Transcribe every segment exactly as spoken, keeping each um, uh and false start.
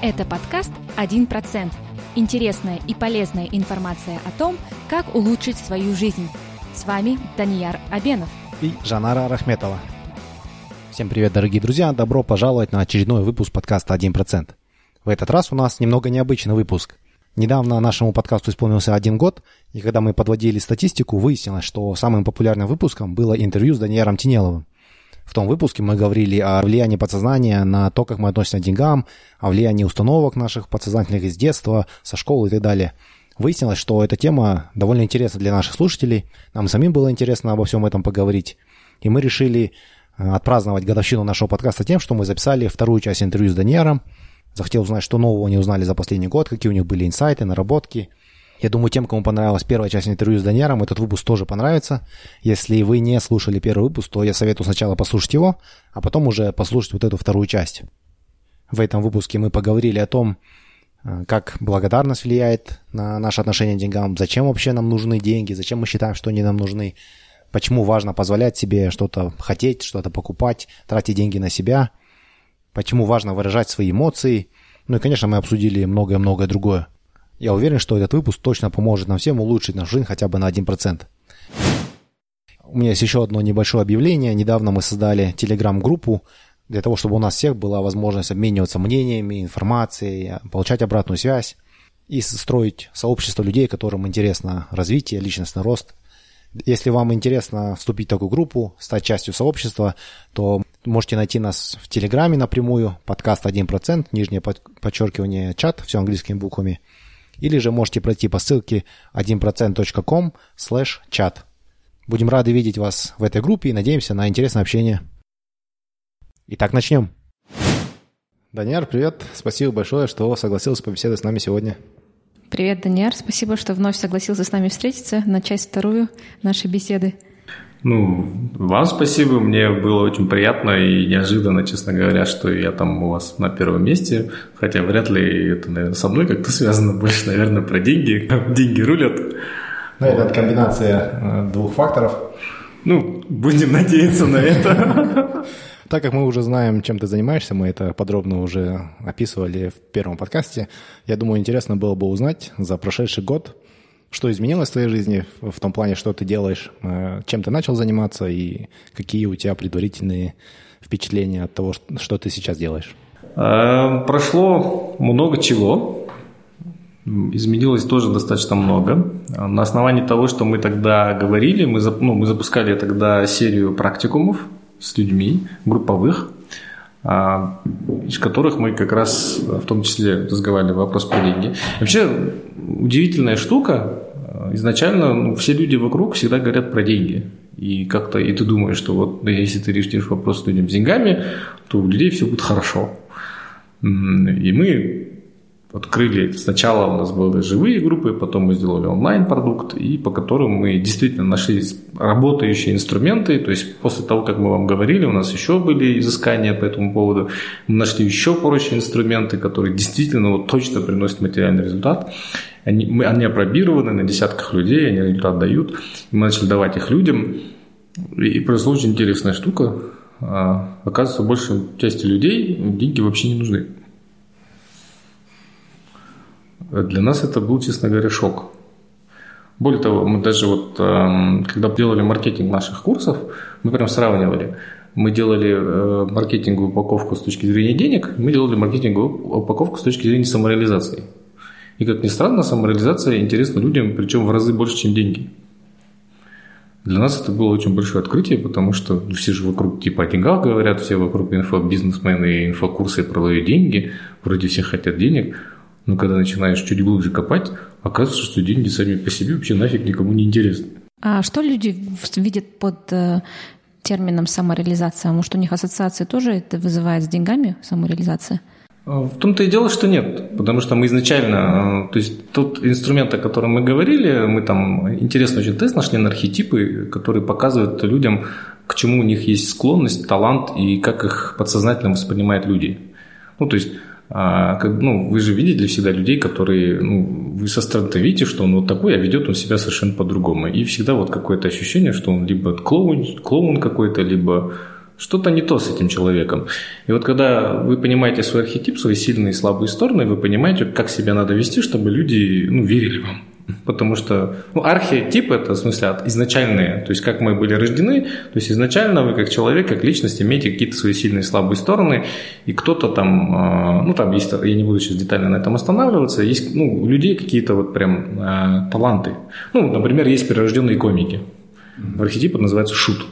Это подкаст «один процент». Интересная и полезная информация о том, как улучшить свою жизнь. С вами Данияр Абенов и Жанара Рахметова. Всем привет, дорогие друзья! Добро пожаловать на очередной выпуск подкаста «один процент». В этот раз у нас немного необычный выпуск. Недавно нашему подкасту исполнился один год, и когда мы подводили статистику, выяснилось, что самым популярным выпуском было интервью с Данияром Тинеловым. В том выпуске мы говорили о влиянии подсознания на то, как мы относимся к деньгам, о влиянии установок наших подсознательных из детства, со школы и так далее. Выяснилось, что эта тема довольно интересна для наших слушателей. Нам самим было интересно обо всем этом поговорить. И мы решили отпраздновать годовщину нашего подкаста тем, что мы записали вторую часть интервью с Данияром. Захотел узнать, что нового они узнали за последний год, какие у них были инсайты, наработки. Я думаю, тем, кому понравилась первая часть интервью с Данияром, этот выпуск тоже понравится. Если вы не слушали первый выпуск, то я советую сначала послушать его, а потом уже послушать вот эту вторую часть. В этом выпуске мы поговорили о том, как благодарность влияет на наше отношение к деньгам, зачем вообще нам нужны деньги, зачем мы считаем, что они нам нужны, почему важно позволять себе что-то хотеть, что-то покупать, тратить деньги на себя, почему важно выражать свои эмоции. Ну и, конечно, мы обсудили многое-многое другое. Я уверен, что этот выпуск точно поможет нам всем улучшить нашу жизнь хотя бы на один процент. У меня есть еще одно небольшое объявление. Недавно мы создали телеграм-группу для того, чтобы у нас всех была возможность обмениваться мнениями, информацией, получать обратную связь и строить сообщество людей, которым интересно развитие, личностный рост. Если вам интересно вступить в такую группу, стать частью сообщества, то можете найти нас в Телеграме напрямую, подкаст один процент, нижнее подчеркивание, чат, все английскими буквами. Или же можете пройти по ссылке один процент точка ком слэш чат. Будем рады видеть вас в этой группе и надеемся на интересное общение. Итак, начнем. Данияр, привет. Спасибо большое, что согласился побеседовать с нами сегодня. Привет, Данияр. Спасибо, что вновь согласился с нами встретиться на часть вторую нашей беседы. Ну, вам спасибо. Мне было очень приятно и неожиданно, честно говоря, что я там у вас на первом месте. Хотя вряд ли это, наверное, со мной как-то связано. Больше, наверное, про деньги. Деньги рулят. Ну, это комбинация двух факторов. Ну, будем надеяться на это. Так как мы уже знаем, чем ты занимаешься, мы это подробно уже описывали в первом подкасте, я думаю, интересно было бы узнать за прошедший год, что изменилось в твоей жизни, в том плане, что ты делаешь, чем ты начал заниматься и какие у тебя предварительные впечатления от того, что ты сейчас делаешь. Прошло много чего. Изменилось тоже достаточно много. На основании того, что мы тогда говорили, мы, ну, мы запускали тогда серию практикумов с людьми, групповых, из которых мы как раз в том числе разговаривали вопрос про деньги. Вообще удивительная штука. Изначально ну, все люди вокруг всегда говорят про деньги. И как-то и ты думаешь, что вот если ты решишь вопрос с людьми с деньгами, то у людей все будет хорошо. И мы открыли, сначала у нас были живые группы, потом мы сделали онлайн-продукт, и по которым мы действительно нашли работающие инструменты. То есть после того, как мы вам говорили, у нас еще были изыскания по этому поводу, мы нашли еще прочие инструменты, которые действительно вот, точно приносят материальный результат. Они, мы, они опробированы на десятках людей, они результат дают. И мы начали давать их людям. И произошла очень интересная штука. Оказывается, большей части людей деньги вообще не нужны. Для нас это был, честно говоря, шок. Более того, мы даже вот, когда делали маркетинг наших курсов, мы прям сравнивали. Мы делали маркетинговую упаковку с точки зрения денег, мы делали маркетинговую упаковку с точки зрения самореализации. И, как ни странно, самореализация интересна людям, причем в разы больше, чем деньги. Для нас это было очень большое открытие, потому что все же вокруг типа о деньгах говорят, все вокруг инфобизнесмены, инфокурсы продают деньги, вроде все хотят денег. Но когда начинаешь чуть глубже копать, оказывается, что деньги сами по себе вообще нафиг никому не интересны. А что люди видят под э, термином самореализация? Может, у них ассоциации тоже это вызывает с деньгами, самореализация? В том-то и дело, что нет. Потому что мы изначально, то есть тот инструмент, о котором мы говорили, мы там интересный очень тест нашли на архетипы, которые показывают людям, к чему у них есть склонность, талант и как их подсознательно воспринимают люди. Ну, то есть А, ну, вы же видели всегда людей, которые, ну, вы со стороны видите, что он вот такой, а ведет он себя совершенно по-другому. И всегда вот какое-то ощущение, что он либо клоун, клоун какой-то, либо что-то не то с этим человеком. И вот когда вы понимаете свой архетип, свои сильные и слабые стороны, вы понимаете, как себя надо вести, чтобы люди, ну, верили вам. Потому что, ну, архетип – это, в смысле, изначальные, то есть как мы были рождены, то есть изначально вы как человек, как личность имеете какие-то свои сильные и слабые стороны, и кто-то там, ну, там есть, я не буду сейчас детально на этом останавливаться, есть, ну, у людей какие-то вот прям э, таланты. Ну, например, есть прирожденные комики. Архетип это называется шут.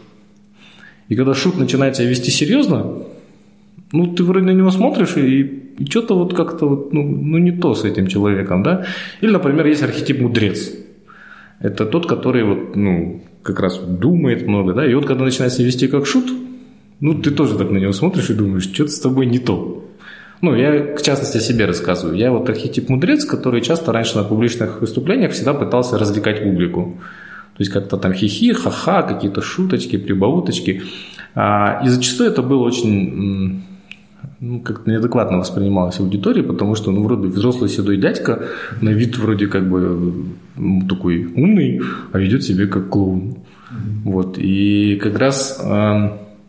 И когда шут начинает себя вести серьезно, ну, ты вроде на него смотришь и И что-то вот как-то вот, ну, ну не то с этим человеком, да? Или, например, есть архетип мудрец. Это тот, который вот, ну, как раз думает много, да? И вот когда начинает себя вести как шут, ну, ты тоже так на него смотришь и думаешь, что-то с тобой не то. Ну, я, в частности, о себе рассказываю. Я вот архетип мудрец, который часто раньше на публичных выступлениях всегда пытался развлекать публику. То есть как-то там хихи, ха-ха, какие-то шуточки, прибауточки. И зачастую это было очень... ну, как-то неадекватно воспринималось аудиторией, потому что, ну, вроде взрослый седой дядька, на вид вроде как бы такой умный, а ведет себя как клоун. Mm-hmm. Вот. И как раз э,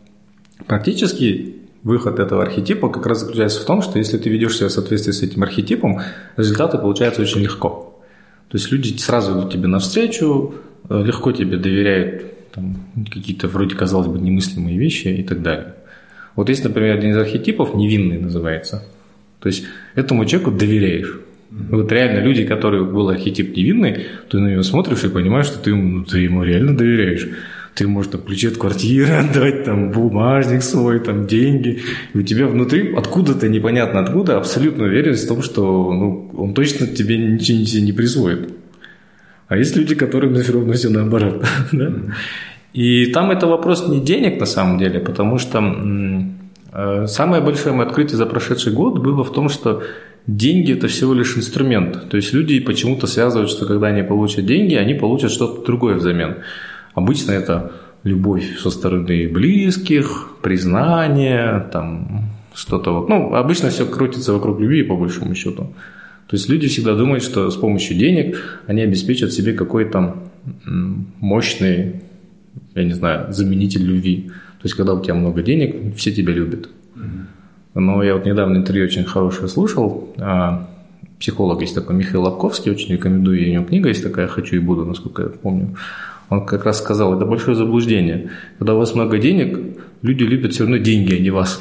практически выход этого архетипа как раз заключается в том, что если ты ведешь себя в соответствии с этим архетипом, результаты получаются очень легко. То есть люди сразу идут тебе навстречу, легко тебе доверяют там, какие-то вроде, казалось бы, немыслимые вещи и так далее. Вот есть, например, один из архетипов, невинный называется. То есть этому человеку доверяешь. Mm-hmm. Вот реально люди, которые был архетип невинный, ты на него смотришь и понимаешь, что ты ему, ну, ты ему реально доверяешь. Ты можешь там ключи от квартиры отдать, там бумажник свой, там деньги. И у тебя внутри откуда-то непонятно откуда абсолютно уверенность в том, что, ну, он точно тебе ничего не присвоит. А есть люди, которым все равно все наоборот. Да? И там это вопрос не денег на самом деле, потому что э, самое большое мое открытие за прошедший год было в том, что деньги – это всего лишь инструмент. То есть люди почему-то связывают, что когда они получат деньги, они получат что-то другое взамен. Обычно это любовь со стороны близких, признание, там что-то вот. Ну, обычно все крутится вокруг любви, по большому счету. То есть люди всегда думают, что с помощью денег они обеспечат себе какой-то мощный, я не знаю, заменитель любви. То есть, когда у тебя много денег, все тебя любят. Mm-hmm. Но я вот недавно интервью очень хорошее слушал. Психолог есть такой, Михаил Лобковский, очень рекомендую, у него книга есть такая «Хочу и буду», насколько я помню. Он как раз сказал, это большое заблуждение. Когда у вас много денег, люди любят все равно деньги, а не вас.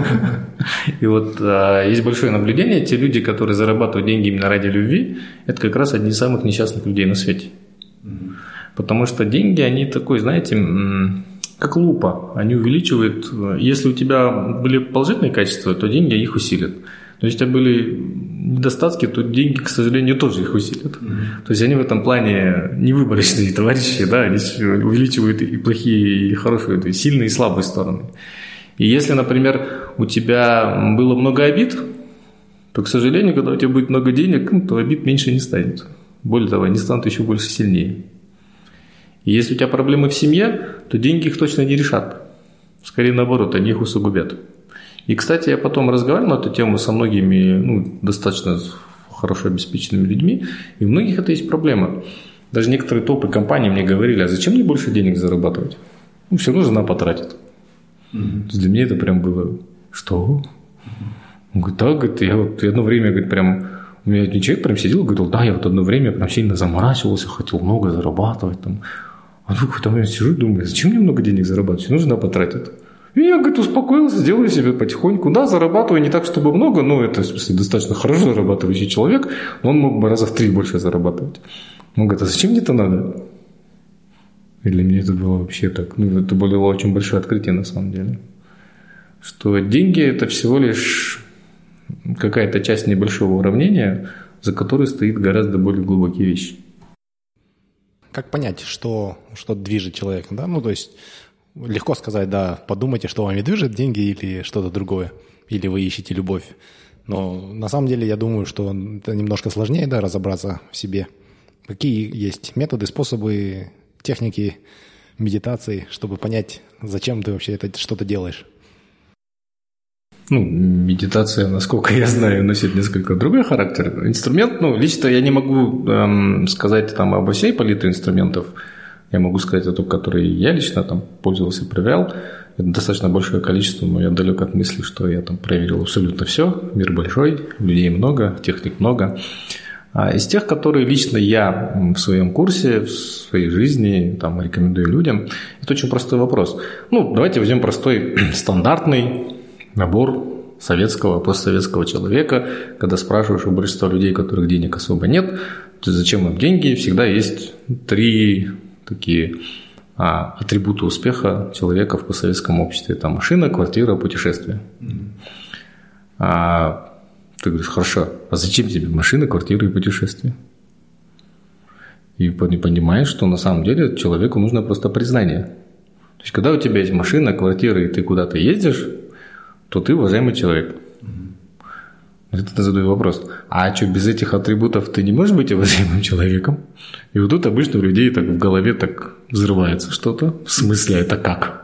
И вот есть большое наблюдение, те люди, которые зарабатывают деньги именно ради любви, это как раз одни из самых несчастных людей на свете. Потому что деньги, они такой, знаете, как лупа. Они увеличивают. Если у тебя были положительные качества, то деньги их усилят. Но если у тебя были недостатки, то деньги, к сожалению, тоже их усилят. Mm-hmm. То есть они в этом плане невыборочные товарищи, да, они увеличивают и плохие, и хорошие, и сильные, и слабые стороны. И если, например, у тебя было много обид, то, к сожалению, когда у тебя будет много денег, то обид меньше не станет. Более того, они станут еще больше сильнее. И если у тебя проблемы в семье, то деньги их точно не решат. Скорее наоборот, они их усугубят. И, кстати, я потом разговаривал на эту тему со многими, ну, достаточно хорошо обеспеченными людьми, и у многих это есть проблема. Даже некоторые топы компаний мне говорили, а зачем мне больше денег зарабатывать? Ну, все равно жена потратит. Mm-hmm. Для меня это прям было, что? Он говорит, так, говорит, я вот одно время, говорит, прям, у меня один человек прям сидел и говорил, да, я вот одно время прям сильно заморачивался, хотел много зарабатывать, там. А в какой-то момент сижу и думаю, зачем мне много денег зарабатывать? Все равно жена потратит. И я, говорит, успокоился, делаю себе потихоньку. Да, зарабатываю не так, чтобы много, но это, в смысле, достаточно хорошо зарабатывающий человек, но он мог бы раза в три больше зарабатывать. Он говорит, а зачем мне это надо? И для меня это было вообще так. Ну, это было очень большое открытие на самом деле. Что деньги – это всего лишь какая-то часть небольшого уравнения, за которой стоит гораздо более глубокие вещи. Как понять, что, что движет человека, да? Ну, то есть легко сказать, да, подумайте, что вами движет, деньги или что-то другое, или вы ищете любовь. Но на самом деле я думаю, что это немножко сложнее, да, разобраться в себе. Какие есть методы, способы, техники медитации, чтобы понять, зачем ты вообще это что-то делаешь? Ну, медитация, насколько я знаю, носит несколько другой характер. Инструмент, ну, лично я не могу эм, сказать там обо всей палитре инструментов. Я могу сказать о том, который я лично там пользовался, проверял. Это достаточно большое количество, но я далек от мысли, что я там проверил абсолютно все. Мир большой, людей много, техник много. А из тех, которые лично я в своем курсе, в своей жизни там, рекомендую людям, это очень простой вопрос. Ну, давайте возьмем простой стандартный набор советского, постсоветского человека, когда спрашиваешь у большинства людей, у которых денег особо нет, то зачем им деньги, всегда есть три такие а, атрибуты успеха человека в постсоветском обществе. Это машина, квартира, путешествие. Mm-hmm. А, ты говоришь, хорошо, а зачем тебе машина, квартира и путешествие? И понимаешь, что на самом деле человеку нужно просто признание. То есть, когда у тебя есть машина, квартира, и ты куда-то ездишь, то ты уважаемый человек. Вот это задаю вопрос. А что, без этих атрибутов ты не можешь быть уважаемым человеком? И вот тут обычно у людей так в голове так взрывается что-то. В смысле, это как?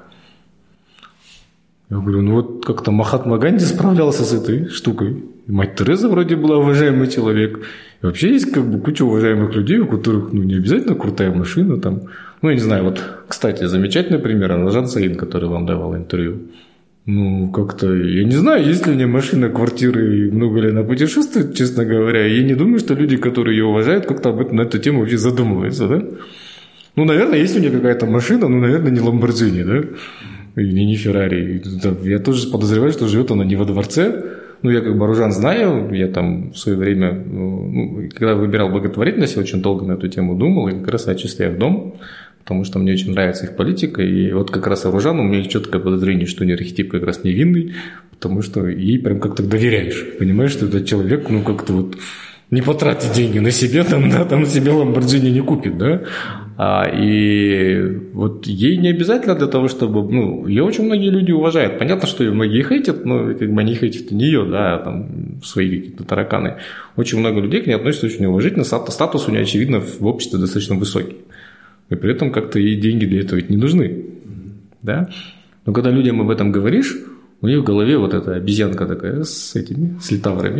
Я говорю, ну вот как-то Махатма Ганди справлялся с этой штукой. И мать Тереза вроде была уважаемый человек. И вообще есть как бы куча уважаемых людей, у которых ну, не обязательно крутая машина. Там. Ну, я не знаю, вот, кстати, замечательный пример. Нуржан Саин, который вам давал интервью. Ну, как-то, я не знаю, есть ли у меня машина, квартира и много ли она путешествует, честно говоря. Я не думаю, что люди, которые ее уважают, как-то об этом, на эту тему вообще задумываются, да? Ну, наверное, есть у меня какая-то машина, ну, наверное, не Ламборджини, да? Или не Феррари. Я тоже подозреваю, что живет она не во дворце. Ну, я как бы Ружан знаю, я там в свое время, ну, когда выбирал благотворительность, я очень долго на эту тему думал, и как раз отчисляю в дом, потому что мне очень нравится их политика, и вот как раз Ружан, у меня есть четкое подозрение, что у нее архетип как раз невинный, потому что ей прям как-то доверяешь, понимаешь, что этот человек, ну, как-то вот не потратит деньги на себе, там, да, там себе Ламборджини не купит, да, а, и вот ей не обязательно для того, чтобы, ну, ее очень многие люди уважают, понятно, что ее многие хейтят, но как бы они хейтят не ее, да, там, свои какие-то тараканы, очень много людей к ней относятся очень уважительно, статус у нее, очевидно, в обществе достаточно высокий, и при этом как-то ей деньги для этого ведь не нужны, да, но когда людям об этом говоришь, у них в голове вот эта обезьянка такая с этими, с литаврами.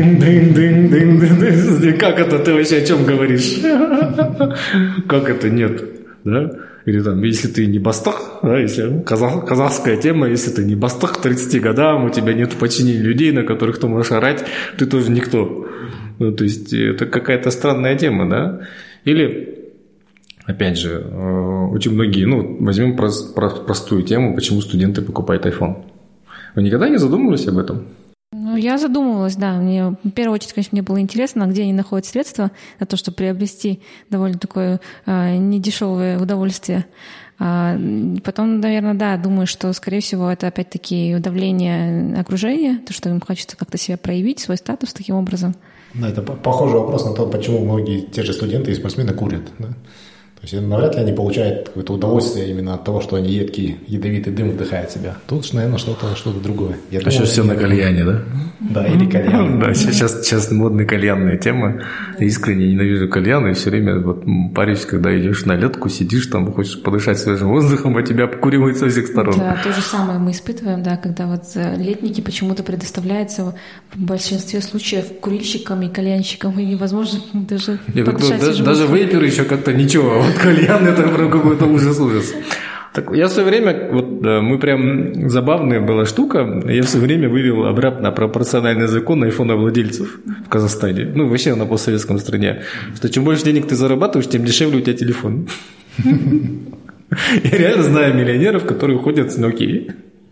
Как это ты вообще о чем говоришь? Как это нет? Да? Или там, если ты не бастах, да, если казах, казахская тема, если ты не бастах к тридцати годам, у тебя нет в подчинении людей, на которых ты можешь орать, ты тоже никто. Ну, то есть, это какая-то странная тема, да? Или, опять же, очень многие, ну, возьмем простую тему, почему студенты покупают iPhone. Вы никогда не задумывались об этом? Ну, я задумывалась, да. Мне, в первую очередь, конечно, мне было интересно, где они находят средства на то, чтобы приобрести довольно такое э, недешевое удовольствие. А потом, наверное, да, думаю, что, скорее всего, это опять-таки давление окружения, то, что им хочется как-то себя проявить, свой статус таким образом. Да, это похожий вопрос на то, почему многие те же студенты и спортсмены курят, да? То есть навряд ли они получают какое-то удовольствие именно от того, что они едкий, ядовитый дым вдыхают в себя. Тут, наверное, что-то, что-то другое. Я а думаю, сейчас все на кальяне, да? Да, или кальян. Да, сейчас, сейчас модная кальянная тема. Я искренне ненавижу кальян, и все время вот парюсь, когда идешь на летку, сидишь там, хочешь подышать свежим воздухом, а тебя обкуривают со всех сторон. Да, то же самое мы испытываем, да, когда вот летники почему-то предоставляются в большинстве случаев курильщикам и кальянщикам, и невозможно даже Нет, подышать даже, даже вейперы еще как-то ничего. Вот кальян – это прям какой-то ужас-ужас. Так, я в свое время, вот мы прям забавная была штука, я в свое время вывел обратно пропорциональный закон айфона-владельцев в Казахстане, ну вообще на постсоветском стране, что чем больше денег ты зарабатываешь, тем дешевле у тебя телефон. Я реально знаю миллионеров, которые ходят с Nokia.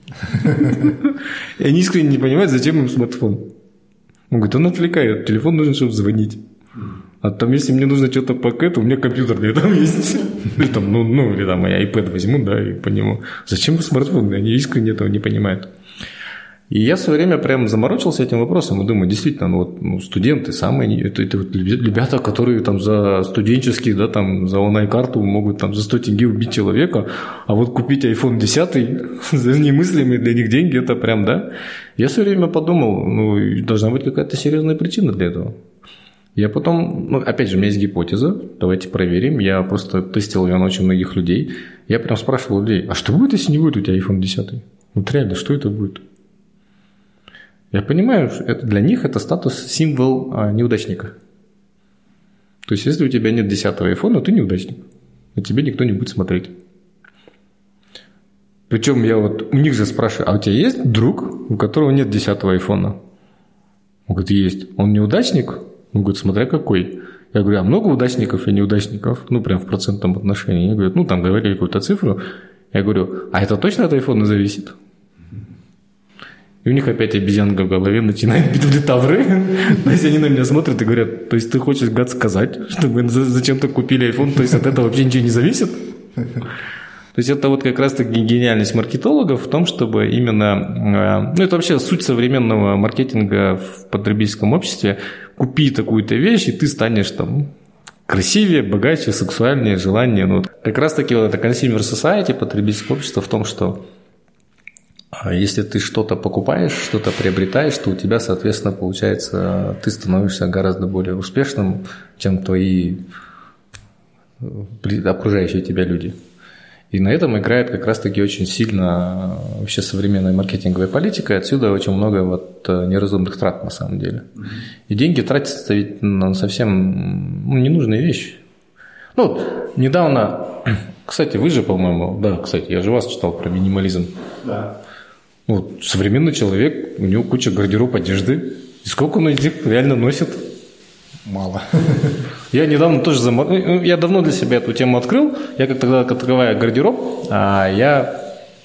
И они искренне не понимают, зачем им смартфон. Он говорит, он отвлекает, телефон нужен, чтобы звонить. А там, если мне нужно что-то по кэту, у меня компьютер для этого есть. Или там, ну, ну, или там я iPad возьму, да, и по нему. Зачем смартфон? Они искренне этого не понимают. И я в свое время прям заморочился этим вопросом и думаю, действительно, ну, вот, ну, студенты самые, это, это вот ребята, которые там за студенческие, да, там за онлайн-карту могут там за сто тенге убить человека, а вот купить айфон десять за немыслимые для них деньги, это прям, да. Я в свое время подумал, ну, должна быть какая-то серьезная причина для этого. Я потом, ну, опять же, у меня есть гипотеза, давайте проверим, я просто тестил ее на очень многих людей, я прям спрашивал людей, а что будет, если не будет у тебя айфон десять? Вот реально, что это будет? Я понимаю, что это, для них это статус, символ а, неудачника. То есть, если у тебя нет десятого айфона, ты неудачник. на тебя никто не будет смотреть. Причем я вот у них же спрашиваю, а у тебя есть друг, у которого нет десятого айфона? Он говорит, есть. Он неудачник? Он говорит, смотря какой. Я говорю, а много удачников и неудачников? Ну, прям в процентном отношении. Они говорят, ну, там говорили какую-то цифру. Я говорю, а это точно от айфона зависит? И у них опять обезьянка в голове начинает бить в литавры. То есть они на меня смотрят и говорят, то есть ты хочешь, гад, сказать, что мы зачем-то купили iPhone, то есть от этого вообще ничего не зависит? То есть это вот как раз-таки гениальность маркетологов в том, чтобы именно... Ну, это вообще суть современного маркетинга в потребительском обществе. Купи такую-то вещь, и ты станешь там красивее, богаче, сексуальнее, желаннее. Ну, как раз-таки вот это consumer society, потребительское общество в том, что если ты что-то покупаешь, что-то приобретаешь, то у тебя, соответственно, получается, ты становишься гораздо более успешным, чем твои окружающие тебя люди. И на этом играет как раз-таки очень сильно вообще современная маркетинговая политика, и отсюда очень много вот неразумных трат на самом деле. И деньги тратятся ведь на совсем ну, ненужные вещи. Ну, недавно, кстати, вы же, по-моему, да, кстати, я же вас читал про минимализм. Да. Вот, современный человек, у него куча гардероб одежды. И сколько он из них реально носит? Мало. Я недавно тоже зам... Я давно для себя эту тему открыл. Я как тогда открываю гардероб, а я...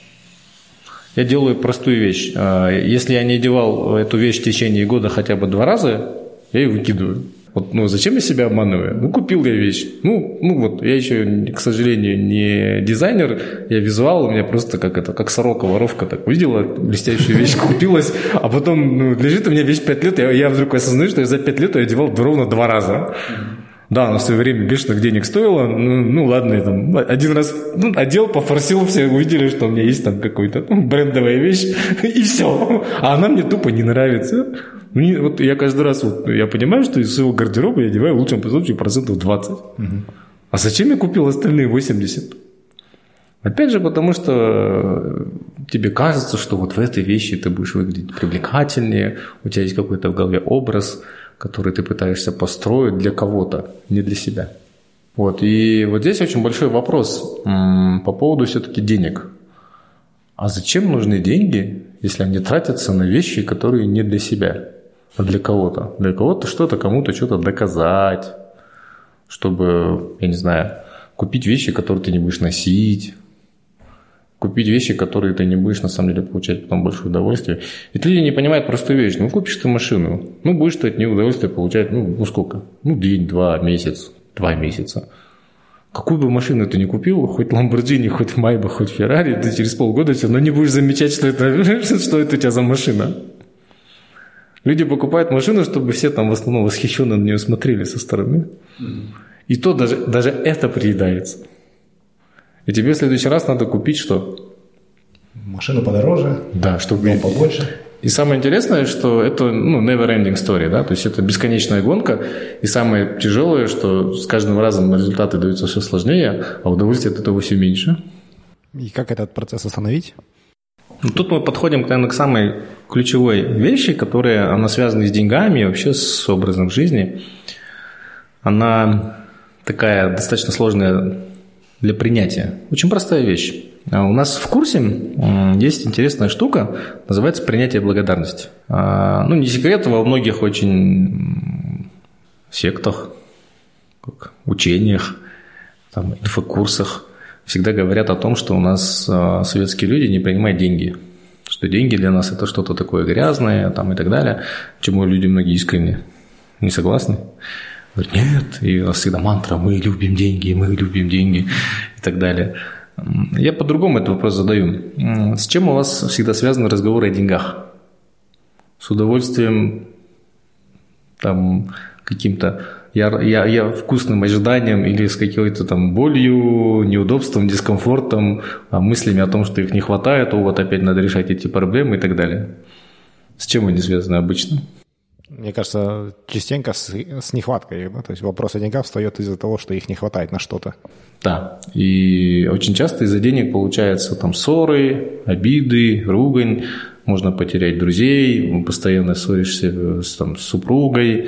я делаю простую вещь. Если я не одевал эту вещь в течение года хотя бы два раза, я ее выкидываю. Вот, ну, зачем я себя обманываю? Ну, купил я вещь. Ну, ну вот, я еще, к сожалению, не дизайнер, я визуал, у меня просто как это, как сорока, воровка так увидела, блестящую вещь купилась, а потом ну, лежит у меня вещь пять лет, я, я вдруг осознаю, что я за пять лет ее одевал ровно два раза. Да, она в свое время бешеных денег стоила, ну, ну ладно, я там один раз ну, одел, пофорсил, все увидели, что у меня есть там какая-то ну, брендовая вещь, и все. А она мне тупо не нравится. Ну, вот я каждый раз, вот, я понимаю, что из своего гардероба я одеваю в лучшем случае процентов двадцать. Угу. А зачем я купил остальные восемьдесят? Опять же, потому что тебе кажется, что вот в этой вещи ты будешь выглядеть привлекательнее, у тебя есть какой-то в голове образ, который ты пытаешься построить для кого-то, не для себя. Вот. И вот здесь очень большой вопрос м- по поводу все-таки денег. А зачем нужны деньги, если они тратятся на вещи, которые не для себя, а для кого-то? Для кого-то что-то, кому-то что-то доказать, чтобы, я не знаю, купить вещи, которые ты не будешь носить, купить вещи, которые ты не будешь на самом деле получать потом большое удовольствие. Ведь люди не понимают простую вещь. Ну, купишь ты машину, ну, будешь ты от нее удовольствие получать, ну, ну сколько? Ну, день, два, месяц, два месяца. Какую бы машину ты ни купил, хоть Ламборджини, хоть Майба, хоть Феррари, ты через полгода все равно не будешь замечать, что это, что это у тебя за машина. Люди покупают машину, чтобы все там в основном восхищенно на нее смотрели со стороны. И то даже, даже это приедается. И тебе в следующий раз надо купить что? Машину подороже. Да, чтобы... дом побольше. И самое интересное, что это ну, never-ending story, да, то есть это бесконечная гонка, и самое тяжелое, что с каждым разом результаты даются все сложнее, а удовольствие от этого все меньше. И как этот процесс остановить? Ну, тут мы подходим, наверное, к самой ключевой вещи, которая, она связана с деньгами и вообще с образом жизни. Она такая достаточно сложная для принятия. Очень простая вещь. У нас в курсе есть интересная штука, называется принятие благодарности. Ну, не секрет, во многих очень сектах, учениях, там, инфокурсах всегда говорят о том, что у нас советские люди не принимают деньги, что деньги для нас это что-то такое грязное там, и так далее, чему люди многие искренне не согласны. Говорят, нет, и у нас всегда мантра, мы любим деньги, мы любим деньги и так далее. Я по-другому этот вопрос задаю. С чем у вас всегда связаны разговоры о деньгах? С удовольствием, там, каким-то я, я, я вкусным ожиданием или с какой-то там болью, неудобством, дискомфортом, мыслями о том, что их не хватает, о, вот опять надо решать эти проблемы и так далее. С чем они связаны обычно? Мне кажется, частенько с, с нехваткой. Да? То есть вопрос о деньгах встает из-за того, что их не хватает на что-то. Да, и очень часто из-за денег получаются там ссоры, обиды, ругань. Можно потерять друзей, постоянно ссоришься с, там, с супругой,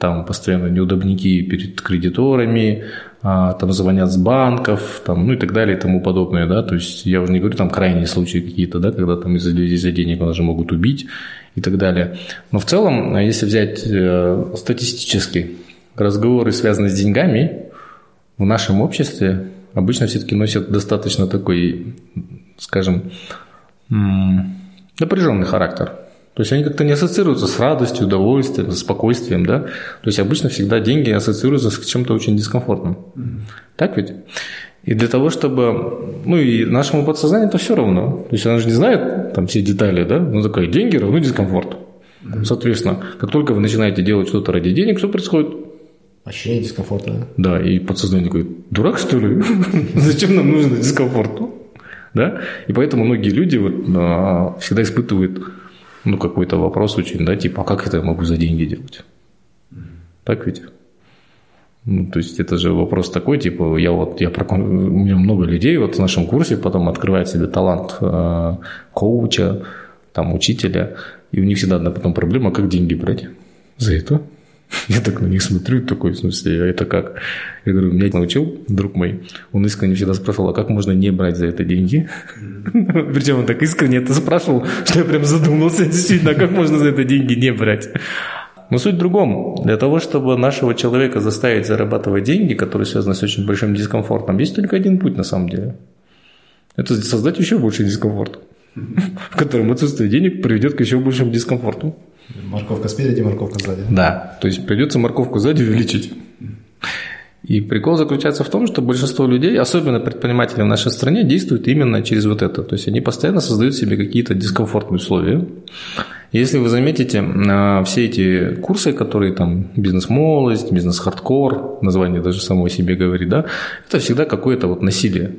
там постоянно неудобники перед кредиторами, а, там звонят с банков, там, ну и так далее и тому подобное, да, то есть я уже не говорю там крайние случаи какие-то, да, когда там из-за, из-за денег даже могут убить и так далее. Но в целом, если взять э, статистически, разговоры, связанные с деньгами, в нашем обществе обычно все-таки носят достаточно такой, скажем, м- напряженный характер. То есть они как-то не ассоциируются с радостью, удовольствием, спокойствием, да. То есть обычно всегда деньги ассоциируются с чем-то очень дискомфортным. Mm-hmm. Так ведь? И для того, чтобы... Ну и нашему подсознанию это все равно. То есть она же не знает там все детали, да. Ну такая, деньги равно дискомфорт. Mm-hmm. Соответственно, как только вы начинаете делать что-то ради денег, что происходит? Ощущение дискомфорта. Да, и подсознание говорит, дурак что ли? Зачем нам нужен дискомфорт? Да? И поэтому многие люди вот всегда испытывают... Ну, какой-то вопрос очень, да, типа, а как это я могу за деньги делать? Mm-hmm. Так ведь? Ну, то есть, это же вопрос такой, типа, я вот, я, у меня много людей вот в нашем курсе потом открывают себе талант э, коуча, там, учителя, и у них всегда одна потом проблема, как деньги брать за это? Я так на них смотрю, такой, в смысле, а это как? Я говорю, меня научил друг мой, он искренне всегда спрашивал, а как можно не брать за это деньги? Mm-hmm. Причем он так искренне это спрашивал, что я прям задумался, действительно, а как можно за это деньги не брать? Но суть в другом. Для того, чтобы нашего человека заставить зарабатывать деньги, которые связаны с очень большим дискомфортом, есть только один путь на самом деле. Это создать еще больше дискомфорта, в котором отсутствие денег приведет к еще большему дискомфорту. Морковка спереди, морковка сзади. Да, то есть придется морковку сзади увеличить. И прикол заключается в том, что большинство людей, особенно предприниматели в нашей стране, действуют именно через вот это. То есть они постоянно создают себе какие-то дискомфортные условия. Если вы заметите, все эти курсы, которые там бизнес-молодость, бизнес-хардкор, название даже само о себе говорит, да, это всегда какое-то вот насилие.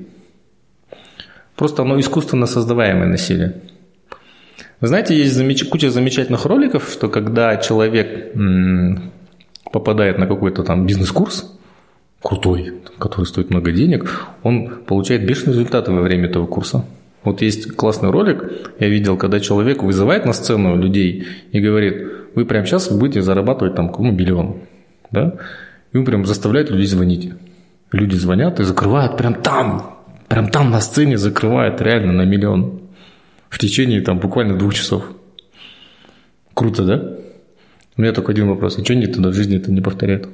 Просто оно искусственно создаваемое насилие. Вы знаете, есть замеч... куча замечательных роликов, что когда человек м- попадает на какой-то там бизнес-курс, крутой, который стоит много денег, он получает бешеные результаты во время этого курса. Вот есть классный ролик, я видел, когда человек вызывает на сцену людей и говорит, вы прямо сейчас будете зарабатывать там ну, миллион, да? И он прям заставляет людей звонить. Люди звонят и закрывают прям там, прям там на сцене закрывают реально на миллион. В течение там буквально двух часов. Круто, да? У меня только один вопрос. А что они тогда в жизни это не повторяют?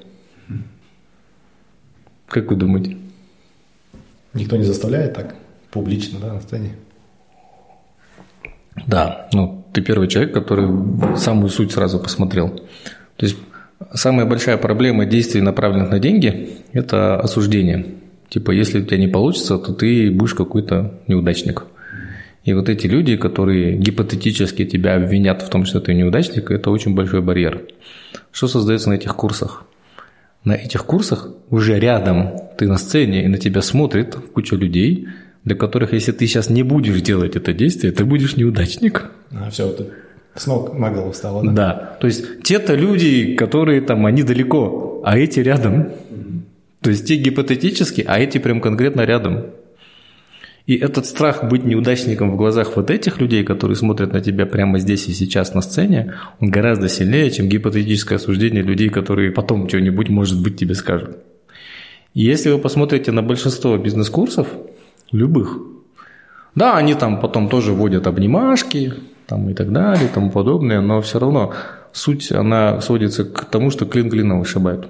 Как вы думаете? Никто не заставляет так публично, да, на сцене? Да. Ну, ты первый человек, который самую суть сразу посмотрел. То есть, самая большая проблема действий, направленных на деньги, это осуждение. Типа, если у тебя не получится, то ты будешь какой-то неудачник. И вот эти люди, которые гипотетически тебя обвинят в том, что ты неудачник, это очень большой барьер. Что создается на этих курсах? На этих курсах уже рядом ты на сцене, и на тебя смотрит куча людей, для которых, если ты сейчас не будешь делать это действие, ты будешь неудачник. А, все, вот с ног на голову стало, да? Да. То есть, те-то люди, которые там, они далеко, а эти рядом. Mm-hmm. То есть, те гипотетически, а эти прям конкретно рядом. И этот страх быть неудачником в глазах вот этих людей, которые смотрят на тебя прямо здесь и сейчас на сцене, он гораздо сильнее, чем гипотетическое осуждение людей, которые потом что-нибудь, может быть, тебе скажут. И если вы посмотрите на большинство бизнес-курсов, любых, да, они там потом тоже вводят обнимашки там, и так далее, и тому подобное, но все равно суть, она сводится к тому, что клин клином вышибает.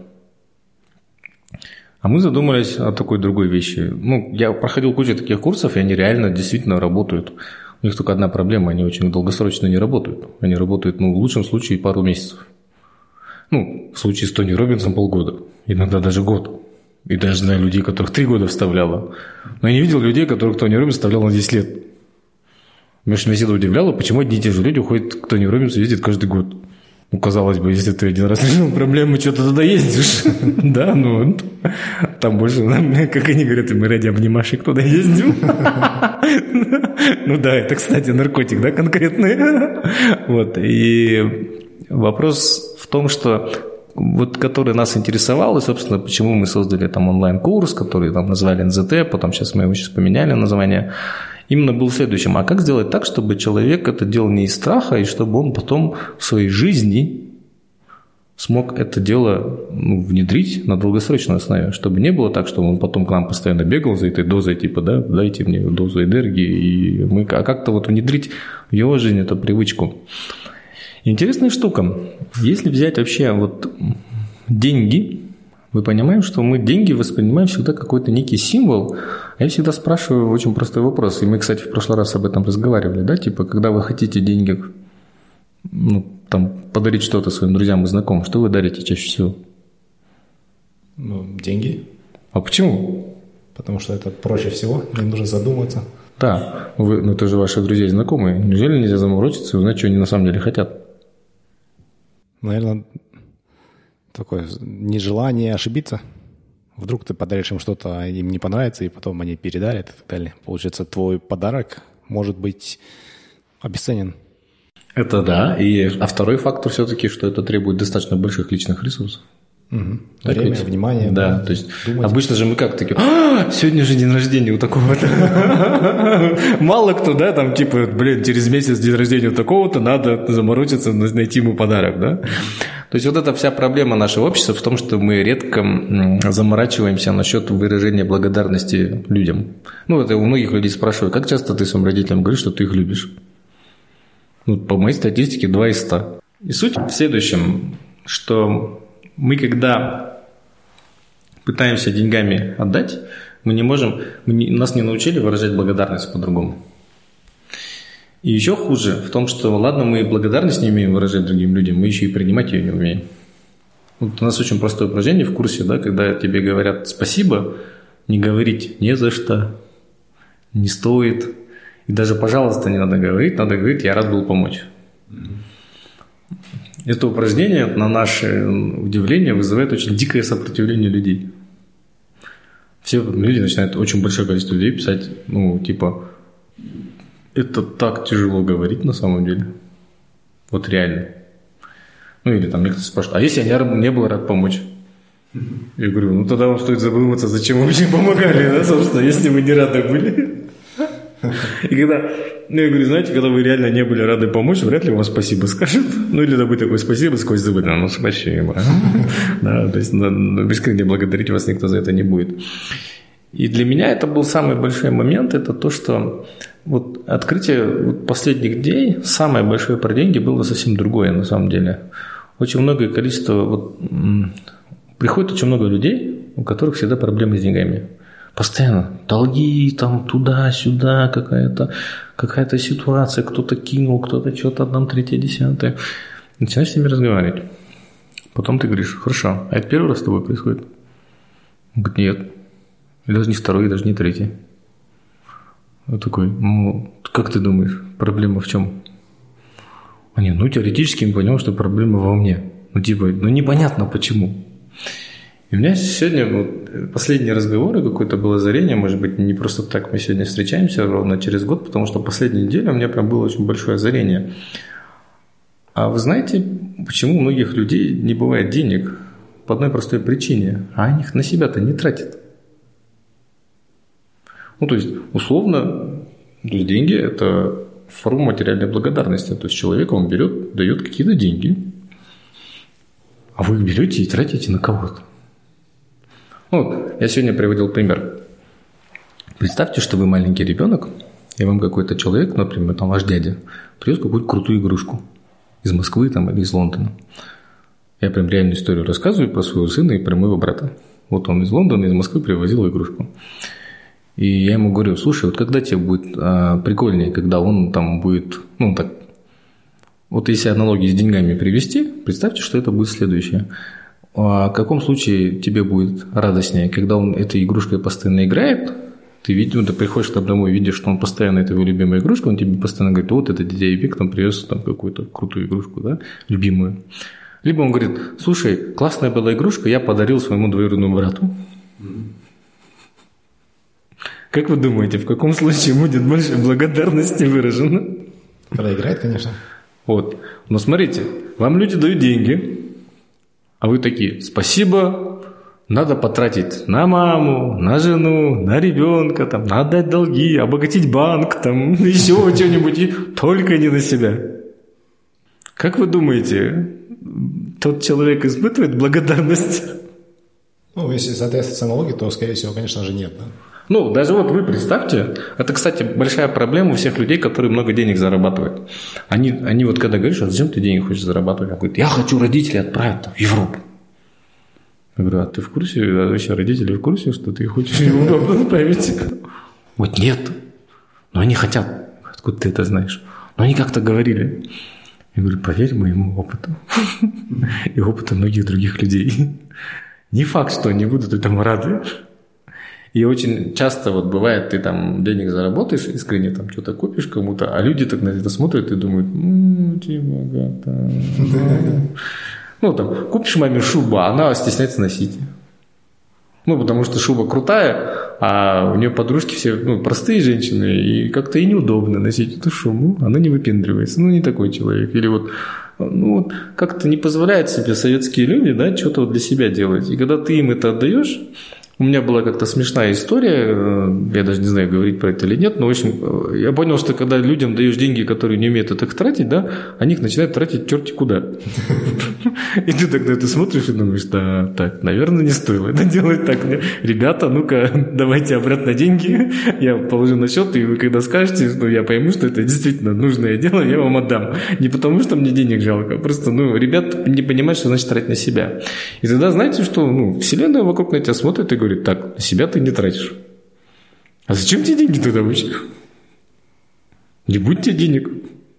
А мы задумались о такой другой вещи. Ну, я проходил кучу таких курсов, и они реально действительно работают. У них только одна проблема, они очень долгосрочно не работают. Они работают, ну, в лучшем случае, пару месяцев. Ну, в случае с Тони Роббинсом полгода, иногда даже год. И даже знаю людей, которых три года вставляло. Но я не видел людей, которых Тони Роббинс вставлял на десять лет. Меня всегда удивляло, почему одни и те же люди уходят к Тони Роббинсу и ездят каждый год. Ну, казалось бы, если ты один раз решил проблему, что ты туда ездишь? Да, ну, там больше, как они говорят, мы ради обнимашек туда ездим. Ну да, это, кстати, наркотик, да, конкретный. Вот, и вопрос в том, что вот, который нас интересовал, и, собственно, почему мы создали там онлайн-курс, который там назвали эн зэ тэ, потом сейчас мы его сейчас поменяли название, именно был в следующем. А как сделать так, чтобы человек это делал не из страха, и чтобы он потом в своей жизни смог это дело ну, внедрить на долгосрочной основе, чтобы не было так, что он потом к нам постоянно бегал за этой дозой, типа, да, дайте мне дозу энергии, и мы, а как-то вот внедрить в его жизнь эту привычку. Интересная штука. Если взять вообще вот деньги, мы понимаем, что мы деньги воспринимаем всегда какой-то некий символ. А я всегда спрашиваю очень простой вопрос, и мы, кстати, в прошлый раз об этом разговаривали, да, типа, когда вы хотите деньги, ну, там, подарить что-то своим друзьям и знакомым, что вы дарите чаще всего? Ну, деньги. А почему? Потому что это проще всего, не нужно задумываться. Да, вы, ну это же ваши друзья и знакомые. Неужели нельзя заморочиться и узнать, что они на самом деле хотят? Наверное, такое нежелание ошибиться. Вдруг ты подаришь им что-то, им не понравится, и потом они передарят и так далее. Получается, твой подарок может быть обесценен. Это да. И, а второй фактор все-таки, что это требует достаточно больших личных ресурсов. Угу. Время, ведь? внимание. Да, да, то есть думать. Обычно же мы как такие, а, сегодня же день рождения у такого-то. Мало кто, да, там типа, блин, через месяц день рождения у такого-то, надо заморочиться, найти ему подарок, да. То есть вот эта вся проблема нашего общества в том, что мы редко заморачиваемся насчет выражения благодарности людям. Ну, это у многих людей спрашивают, как часто ты своим родителям говоришь, что ты их любишь? Ну, по моей статистике два из ста. И суть в следующем, что мы, когда пытаемся деньгами отдать, мы не можем, мы не, нас не научили выражать благодарность по-другому. И еще хуже в том, что, ладно, мы благодарность не умеем выражать другим людям, мы еще и принимать ее не умеем. Вот у нас очень простое упражнение в курсе, да, когда тебе говорят спасибо, не говорить не за что, не стоит, и даже пожалуйста не надо говорить, надо говорить я рад был помочь. Это упражнение, на наше удивление, вызывает очень дикое сопротивление людей. Все люди начинают, очень большое количество людей писать, ну, типа, это так тяжело говорить на самом деле. Вот реально. Ну, или там некоторые спрашивают, а если я не был рад помочь? Я говорю, ну, тогда вам стоит задуматься, зачем вы вообще помогали, да, собственно, если вы не рады были. И когда, ну, я говорю, знаете, когда вы реально не были рады помочь, вряд ли вам спасибо скажут. Ну, или да быть такое спасибо сквозь зубы, да, ну, спасибо. Да, то есть искренне благодарить вас никто за это не будет. И для меня это был самый большой момент, это то, что вот открытие вот последних дней, самое большое про деньги было совсем другое на самом деле. Очень многое количество, вот, приходит очень много людей, у которых всегда проблемы с деньгами. Постоянно долги, там туда-сюда, какая-то, какая-то ситуация, кто-то кинул, кто-то что-то там, третье, десятое. Начинаешь с ними разговаривать. Потом ты говоришь, хорошо, а это первый раз с тобой происходит? Он говорит, нет. И даже не второй, и даже не третий. Вот такой, ну, как ты думаешь, проблема в чем? А нет, ну, теоретически я понял, что проблема во мне. Ну, типа, ну, непонятно почему. И у меня сегодня вот, последние разговоры, какое-то было озарение, может быть, не просто так мы сегодня встречаемся, ровно через год, потому что последнюю неделю у меня прям было очень большое озарение. А вы знаете, почему у многих людей не бывает денег? По одной простой причине. А они их на себя-то не тратят. Ну, то есть, условно, то есть деньги – это форма материальной благодарности. То есть, человек, он берет, дает какие-то деньги, а вы их берете и тратите на кого-то. Вот, я сегодня приводил пример. Представьте, что вы маленький ребенок, и вам какой-то человек, например, там ваш дядя, привез какую-то крутую игрушку из Москвы там, или из Лондона. Я прям реальную историю рассказываю про своего сына и про моего брата. Вот он из Лондона, из Москвы привозил игрушку. И я ему говорю, слушай, вот когда тебе будет а, прикольнее, когда он там будет, ну так, вот если аналогии с деньгами привести, представьте, что это будет следующее. А в каком случае тебе будет радостнее, когда он этой игрушкой постоянно играет, ты видишь, ну, ты приходишь там домой, видишь, что он постоянно, это его любимая игрушка, он тебе постоянно говорит, вот это дядя Вик там привез там какую-то крутую игрушку, да, любимую. Либо он говорит, слушай, классная была игрушка, я подарил своему двоюродному брату. Как вы думаете, в каком случае будет больше благодарности выражено? Проиграет, конечно. Вот. Но смотрите, вам люди дают деньги, а вы такие, спасибо, надо потратить на маму, на жену, на ребенка, там, надо отдать долги, обогатить банк, там, еще что-нибудь, и только не на себя. Как вы думаете, тот человек испытывает благодарность? Ну, если соответствовать аналогии, то, скорее всего, конечно же, нет, да? Ну, даже вот вы представьте, это, кстати, большая проблема у всех людей, которые много денег зарабатывают. Они, они вот когда говоришь, а зачем ты денег хочешь зарабатывать? Он говорит, я хочу родителей отправить в Европу. Я говорю, а ты в курсе, а вообще родители в курсе, что ты хочешь в Европу отправить? Вот нет, но они хотят. Откуда ты это знаешь? Но они как-то говорили. Я говорю, поверь моему опыту и опыту многих других людей. Не факт, что они будут этому рады. И очень часто вот бывает, ты там денег заработаешь, искренне там что-то купишь кому-то, а люди так на это смотрят и думают, ну, ты богата. Ну, там, купишь маме шубу, а она стесняется носить. Ну, потому что шуба крутая, а у нее подружки все ну, простые женщины, и как-то и неудобно носить эту шубу. Она не выпендривается, ну, не такой человек. Или вот, ну, вот как-то не позволяют себе советские люди, да, что-то вот для себя делать. И когда ты им это отдаешь, у меня была как-то смешная история, я даже не знаю, говорить про это или нет, но, в общем, я понял, что когда людям даешь деньги, которые не умеют это тратить, да, они их начинают тратить черти куда. И ты тогда это смотришь и думаешь, да, так, наверное, не стоило это делать так. Ребята, ну-ка, давайте обратно деньги, я положу на счет, и вы когда скажете, ну, я пойму, что это действительно нужное дело, я вам отдам. Не потому, что мне денег жалко, просто, ну, ребят не понимают, что значит тратить на себя. И тогда знаете, что, ну, вселенная вокруг на тебя смотрит и говорит, так, на себя ты не тратишь. А зачем тебе деньги тогда вообще? Не будет тебе денег.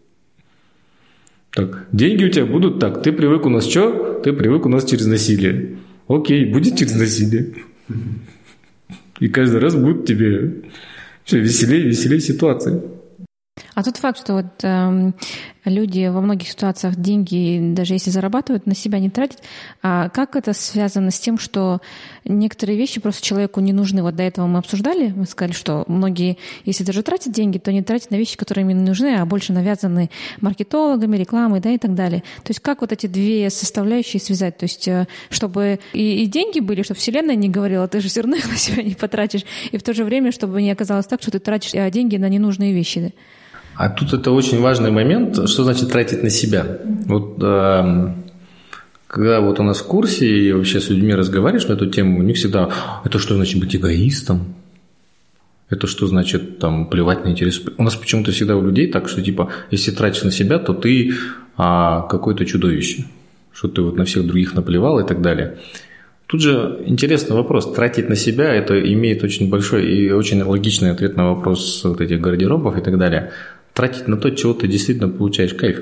Так, деньги у тебя будут так. Ты привык у нас что? Ты привык у нас через насилие. Окей, будет через насилие. И каждый раз будет тебе все веселее, веселее ситуации. А тот факт, что вот э, люди во многих ситуациях деньги, даже если зарабатывают, на себя не тратят, а как это связано с тем, что некоторые вещи просто человеку не нужны? Вот до этого мы обсуждали, мы сказали, что многие, если даже тратят деньги, то не тратят на вещи, которые им не нужны, а больше навязаны маркетологами, рекламой, да, и так далее. То есть как вот эти две составляющие связать? То есть чтобы и, и деньги были, чтобы Вселенная не говорила, ты же все равно их на себя не потратишь, и в то же время, чтобы не оказалось так, что ты тратишь деньги на ненужные вещи. А тут это очень важный момент, что значит тратить на себя. Вот э, когда вот у нас в курсе и вообще с людьми разговариваешь на эту тему, у них всегда, это что значит быть эгоистом? Это что значит там плевать на интерес? У нас почему-то всегда у людей так, что типа, если тратишь на себя, то ты а, какое-то чудовище, что ты вот на всех других наплевал и так далее. Тут же интересный вопрос. Тратить на себя, это имеет очень большой и очень логичный ответ на вопрос вот этих гардеробов и так далее. Тратить на то, чего ты действительно получаешь кайф.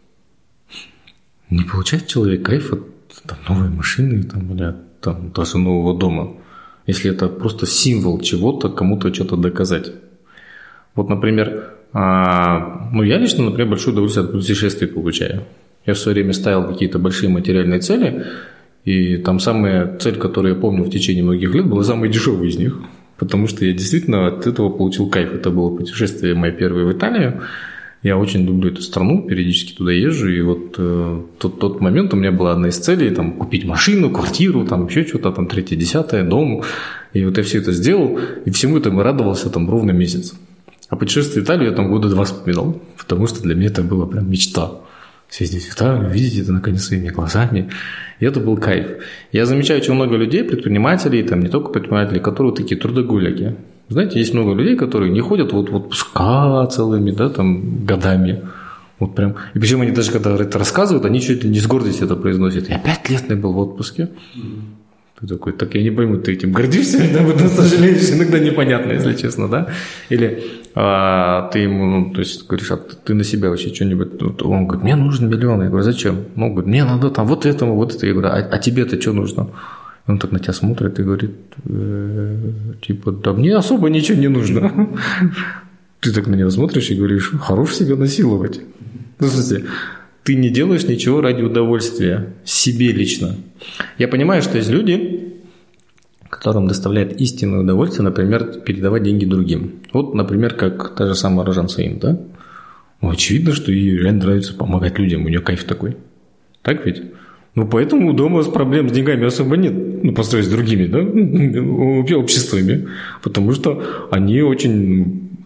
Не получает человек кайф от там, новой машины там, или от там, даже нового дома, если это просто символ чего-то, кому-то что-то доказать. Вот, например, а, ну я лично, например, большое удовольствие от путешествий получаю. Я в свое время ставил какие-то большие материальные цели, и там самая цель, которую я помню в течение многих лет, была самая дешевая из них. Потому что я действительно от этого получил кайф. Это было путешествие мое первое в Италию. Я очень люблю эту страну, периодически туда езжу. И вот э, тот, тот момент у меня была одна из целей, там, купить машину, квартиру, там, еще что-то, там, третье, десятое, дом. И вот я все это сделал, и всему этому радовался там ровно месяц. А путешествие в Италию я там года два вспоминал, потому что для меня это была прям мечта. Съездить в Италию, видеть это наконец своими глазами. И это был кайф. Я замечаю очень много людей, предпринимателей, там не только предпринимателей, которые такие трудоголики. Знаете, есть много людей, которые не ходят вот в отпуска целыми, да, там, годами. Вот прям. И причем они даже когда это рассказывают, они чуть ли не с гордостью это произносят. Я пять лет не был в отпуске. Ты такой, так я не пойму, ты этим гордишься или об этом сожалеешь? Иногда непонятно, если честно, да? Или а, ты ему, ну, то есть, говоришь, а ты на себя вообще что-нибудь... Он говорит, мне нужен миллион. Я говорю, зачем? Ну, он говорит, мне надо там вот этому, вот это. Я говорю, а, а тебе-то что нужно? Он так на тебя смотрит и говорит, э, типа, да мне особо ничего не нужно. Ты так на него смотришь и говоришь, хорош себя насиловать. Ну, в смысле... Ты не делаешь ничего ради удовольствия, себе лично. Я понимаю, что есть люди, которым доставляет истинное удовольствие, например, передавать деньги другим. Вот, например, как та же самая Рожан Саин, да? Ну, очевидно, что ей реально нравится помогать людям, у нее кайф такой. Так ведь? Ну, поэтому у дома проблем с деньгами особо нет, ну, по сравнению с другими, да, обществами, потому что они очень